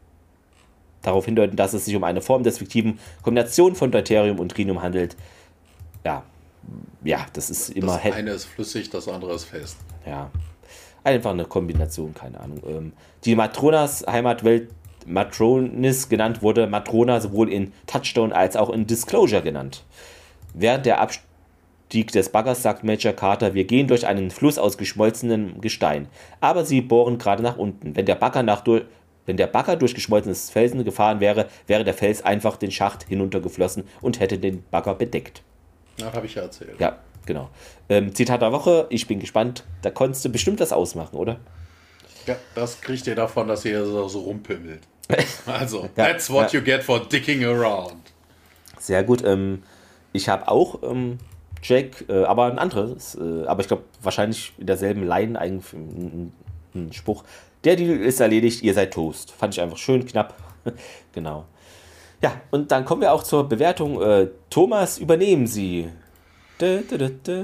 darauf hindeuten, dass es sich um eine Form des fiktiven Kombination von Deuterium und Trinium handelt. Ja, ja, das ist immer... Das eine ist flüssig, das andere ist fest. Ja, einfach eine Kombination, keine Ahnung. Die Matronas Heimatwelt Matronis genannt wurde Matrona sowohl in Touchstone als auch in Disclosure genannt. Während der Abstieg des Baggers sagt Major Carter, wir gehen durch einen Fluss aus geschmolzenem Gestein. Aber sie bohren gerade nach unten. Wenn der Bagger, nach, wenn der Bagger durch geschmolzenes Felsen gefahren wäre, wäre der Fels einfach den Schacht hinuntergeflossen und hätte den Bagger bedeckt. Ja, habe ich ja erzählt. Ja, genau. Ähm, Zitat der Woche, ich bin gespannt. Da konntest du bestimmt das ausmachen, oder? Ja, das kriegt ihr davon, dass ihr so, so rumpimmelt. Also, ja, that's what ja. you get for dicking around. Sehr gut. Ähm, ich habe auch ähm, Jack, äh, aber ein anderes. Äh, aber ich glaube, wahrscheinlich in derselben Line eigentlich ein, ein Spruch. Der Deal ist erledigt, ihr seid Toast. Fand ich einfach schön knapp. Genau. Ja, und dann kommen wir auch zur Bewertung. Äh, Thomas, übernehmen Sie. Dö, dö, dö, dö.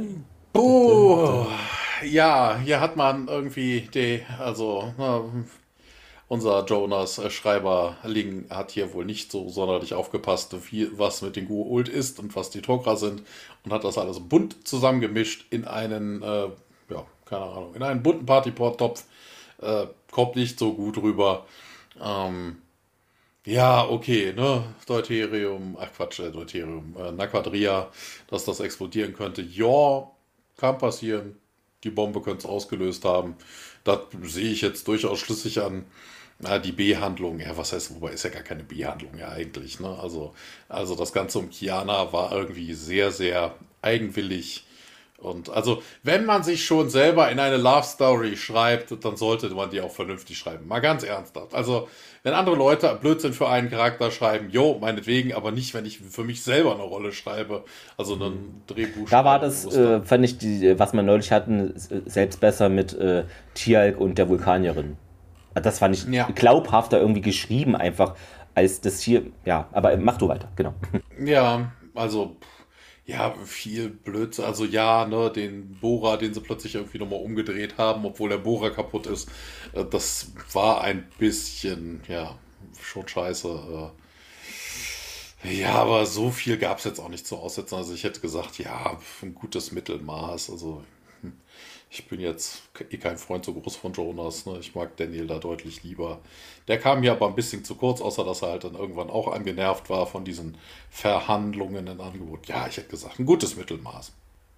Oh, ja, hier hat man irgendwie die, also na, unser Jonas äh, Schreiberling hat hier wohl nicht so sonderlich aufgepasst, wie, was mit den Goa'uld ist und was die Tok'ra sind und hat das alles bunt zusammengemischt in einen, äh, ja, keine Ahnung, in einen bunten Partyport-Topf. Äh, kommt nicht so gut rüber. Ähm, ja, okay, ne, Deuterium, ach Quatsch, äh, Deuterium, äh, Naquadria, dass das explodieren könnte. Ja, kann passieren. die Bombe könnte es ausgelöst haben. Das sehe ich jetzt durchaus schlüssig an. Na, die B-Handlung, ja, was heißt, wobei ist ja gar keine B-Handlung ja eigentlich, ne? Also, also das Ganze um Kiana war irgendwie sehr, sehr eigenwillig. Und also, wenn man sich schon selber in eine Love Story schreibt, dann sollte man die auch vernünftig schreiben. Mal ganz ernsthaft. Also, wenn andere Leute Blödsinn für einen Charakter schreiben, jo, meinetwegen, aber nicht, wenn ich für mich selber eine Rolle schreibe. Also ein Drehbuch. Da war das, äh, fand ich, die, was wir neulich hatten, selbst besser mit äh, Tialk und der Vulkanierin. Das fand ich ja. glaubhafter irgendwie geschrieben einfach, als das hier, ja, aber mach du weiter, genau. Ja, also, ja, viel Blödsinn, also ja, ne, den Bohrer, den sie plötzlich irgendwie nochmal umgedreht haben, obwohl der Bohrer kaputt ist, das war ein bisschen, ja, schon scheiße. Ja, aber so viel gab es jetzt auch nicht zu aussetzen, also ich hätte gesagt, ja, ein gutes Mittelmaß, also ich bin jetzt eh kein Freund so groß von Jonas, ne? Ich mag Daniel da deutlich lieber. Der kam mir aber ein bisschen zu kurz, außer dass er halt dann irgendwann auch angenervt war von diesen Verhandlungen im Angebot. Ja, ich hätte gesagt, ein gutes Mittelmaß.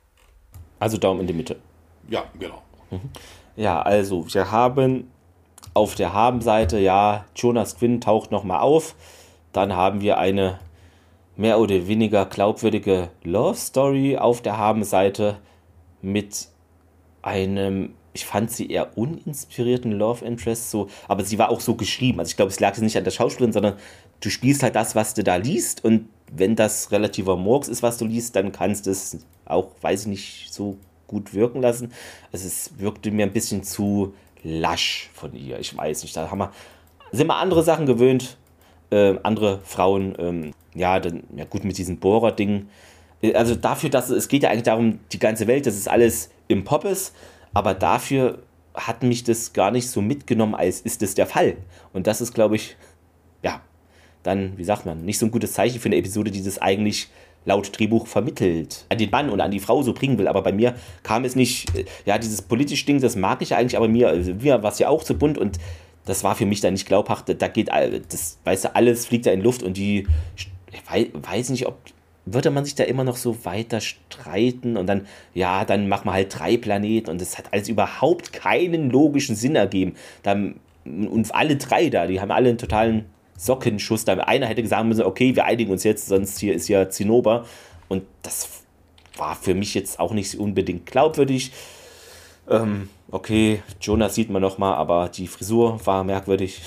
Also Daumen in die Mitte. Ja, genau. Ja, also wir haben auf der Habenseite, ja, Jonas Quinn taucht nochmal auf. Dann haben wir eine mehr oder weniger glaubwürdige Love Story auf der Habenseite mit einem, ich fand sie eher uninspirierten Love Interest, so, aber sie war auch so geschrieben. Also ich glaube, es lag nicht an der Schauspielerin, sondern du spielst halt das, was du da liest, und wenn das relativer Murks ist, was du liest, dann kannst du es auch, weiß ich nicht, so gut wirken lassen. Also es wirkte mir ein bisschen zu lasch von ihr. Ich weiß nicht, da haben wir, sind wir andere Sachen gewöhnt, äh, andere Frauen, ähm, ja, dann, ja gut, mit diesem Bohrer-Ding. Also dafür, dass es geht ja eigentlich darum, die ganze Welt, das ist alles im Poppes, aber dafür hat mich das gar nicht so mitgenommen, als ist das der Fall. Und das ist, glaube ich, ja, dann, wie sagt man, nicht so ein gutes Zeichen für eine Episode, die das eigentlich laut Drehbuch vermittelt, an den Mann und an die Frau so bringen will. Aber bei mir kam es nicht, ja, dieses politische Ding, das mag ich eigentlich, aber mir, mir war es ja auch zu bunt, und das war für mich dann nicht glaubhaft. Da geht, das, weißt du, alles fliegt da in Luft, und die, ich weiß nicht, ob würde man sich da immer noch so weiter streiten, und dann, ja, dann machen wir halt drei Planeten, und das hat alles überhaupt keinen logischen Sinn ergeben. Dann, und alle drei da, die haben alle einen totalen Sockenschuss. Da einer hätte sagen müssen, okay, wir einigen uns jetzt, sonst hier ist ja Zinnober. Und das war für mich jetzt auch nicht unbedingt glaubwürdig. Ähm, okay, Jonas sieht man nochmal, aber die Frisur war merkwürdig.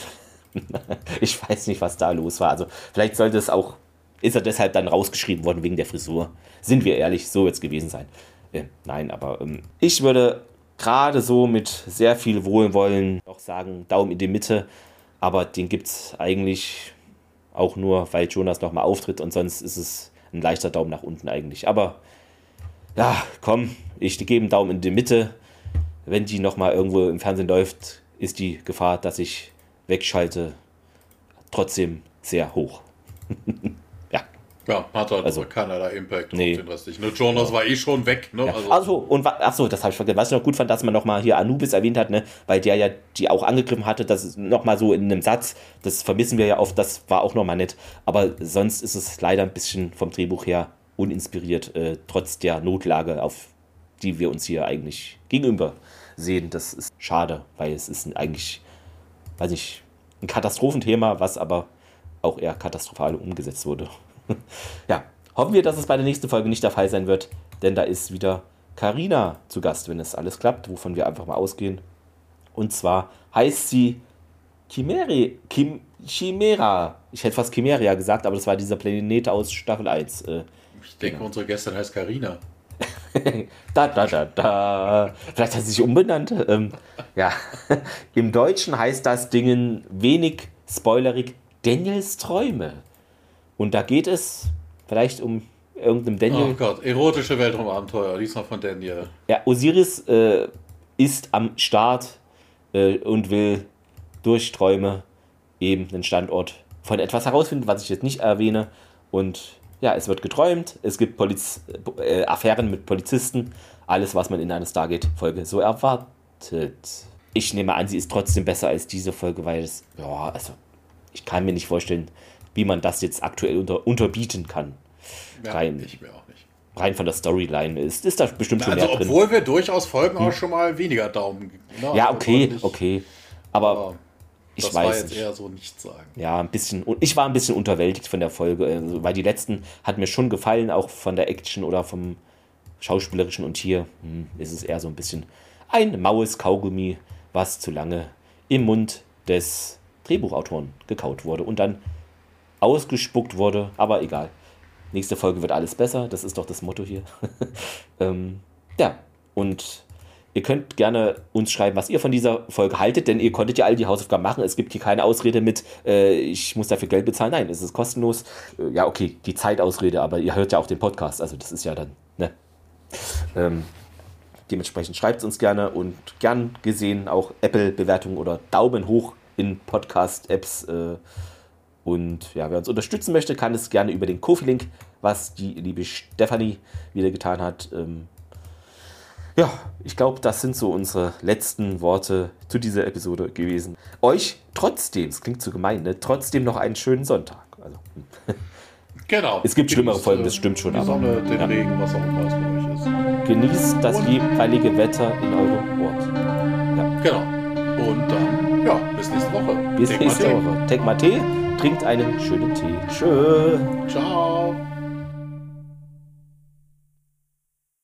Ich weiß nicht, was da los war. Also vielleicht sollte es auch, ist er deshalb dann rausgeschrieben worden wegen der Frisur. Sind wir ehrlich, so wird es gewesen sein. Äh, nein, aber ähm, ich würde gerade so mit sehr viel Wohlwollen noch sagen, Daumen in die Mitte. Aber den gibt es eigentlich auch nur, weil Jonas nochmal auftritt, und sonst ist es ein leichter Daumen nach unten eigentlich. Aber ja, komm, ich gebe einen Daumen in die Mitte. Wenn die nochmal irgendwo im Fernsehen läuft, ist die Gefahr, dass ich wegschalte, trotzdem sehr hoch. Ja. Ja, hat halt also keinerlei Impact nee. auf den restlichen. Ne, Jonas ja. war eh schon weg. Ne? Ja. Also Achso, und achso, das habe ich vergessen. Was ich noch gut fand, dass man nochmal hier Anubis erwähnt hat, ne? Weil der ja die auch angegriffen hatte, das ist nochmal so in einem Satz, das vermissen wir ja oft, das war auch nochmal nett. Aber sonst ist es leider ein bisschen vom Drehbuch her uninspiriert, äh, trotz der Notlage, auf die wir uns hier eigentlich gegenüber sehen. Das ist schade, weil es ist eigentlich, weiß nicht, ein Katastrophenthema, was aber auch eher katastrophal umgesetzt wurde. Ja, hoffen wir, dass es bei der nächsten Folge nicht der Fall sein wird, denn da ist wieder Carina zu Gast, wenn es alles klappt, wovon wir einfach mal ausgehen. Und zwar heißt sie Chimeri, Chim, Chimera. Ich hätte fast Chimeria gesagt, aber das war dieser Planet aus Staffel eins. Äh, ich denke, genau. Unsere Gästin heißt Carina. da, da, da, da. Vielleicht hat sie sich umbenannt. Ähm, ja. Im Deutschen heißt das Ding wenig spoilerig Daniels Träume. Und da geht es vielleicht um irgendeinem Daniel. Oh Gott, erotische Weltraumabenteuer, diesmal von Daniel. Ja, Osiris äh, ist am Start äh, und will durch Träume eben einen Standort von etwas herausfinden, was ich jetzt nicht erwähne. Und ja, es wird geträumt, es gibt Poliz- äh, Affären mit Polizisten, alles, was man in einer Stargate-Folge so erwartet. Ich nehme an, sie ist trotzdem besser als diese Folge, weil es, ja, also, ich kann mir nicht vorstellen, wie man das jetzt aktuell unter, unterbieten kann. Ja, Rein. ich mir auch nicht. rein von der Storyline ist, ist da bestimmt schon also, mehr drin. Obwohl wir durchaus Folgen auch schon mal weniger Daumen. Ne? Ja, Also okay, deutlich, okay. Aber aber ich das weiß war jetzt nicht. eher so nichts sagen. Ja, ein bisschen. Und ich war ein bisschen unterwältigt von der Folge, also, weil die letzten hat mir schon gefallen, auch von der Action oder vom Schauspielerischen. Und hier hm, ist es eher so ein bisschen ein maues Kaugummi, was zu lange im Mund des Drehbuchautoren gekaut wurde und dann ausgespuckt wurde. Aber egal. Nächste Folge wird alles besser. Das ist doch das Motto hier. ähm, ja, und ihr könnt gerne uns schreiben, was ihr von dieser Folge haltet, denn ihr konntet ja all die Hausaufgaben machen. Es gibt hier keine Ausrede mit, äh, ich muss dafür Geld bezahlen. Nein, es ist kostenlos. Äh, ja, okay, die Zeitausrede, aber ihr hört ja auch den Podcast. Also das ist ja dann, ne? Ähm, dementsprechend schreibt es uns gerne und gern gesehen auch Apple-Bewertungen oder Daumen hoch in Podcast-Apps. Äh, und ja, wer uns unterstützen möchte, kann es gerne über den Kofi-Link, was die liebe Stefanie wieder getan hat. Ähm, ja, ich glaube, das sind so unsere letzten Worte zu dieser Episode gewesen. Euch trotzdem, es klingt so gemein, ne, trotzdem noch einen schönen Sonntag. Also, Genau. es gibt schlimmere Genießt, Folgen, äh, das stimmt schon. Die aber, Sonne, den ja. Regen, was auch immer es für euch ist. Genießt das Und- jeweilige Wetter in eurem Ort. Genau. Und dann, ja, bis nächste Woche. Bis Take nächste Mate. Woche. Trinkt mal Tee, trinkt einen schönen Tee. Tschö. Ciao.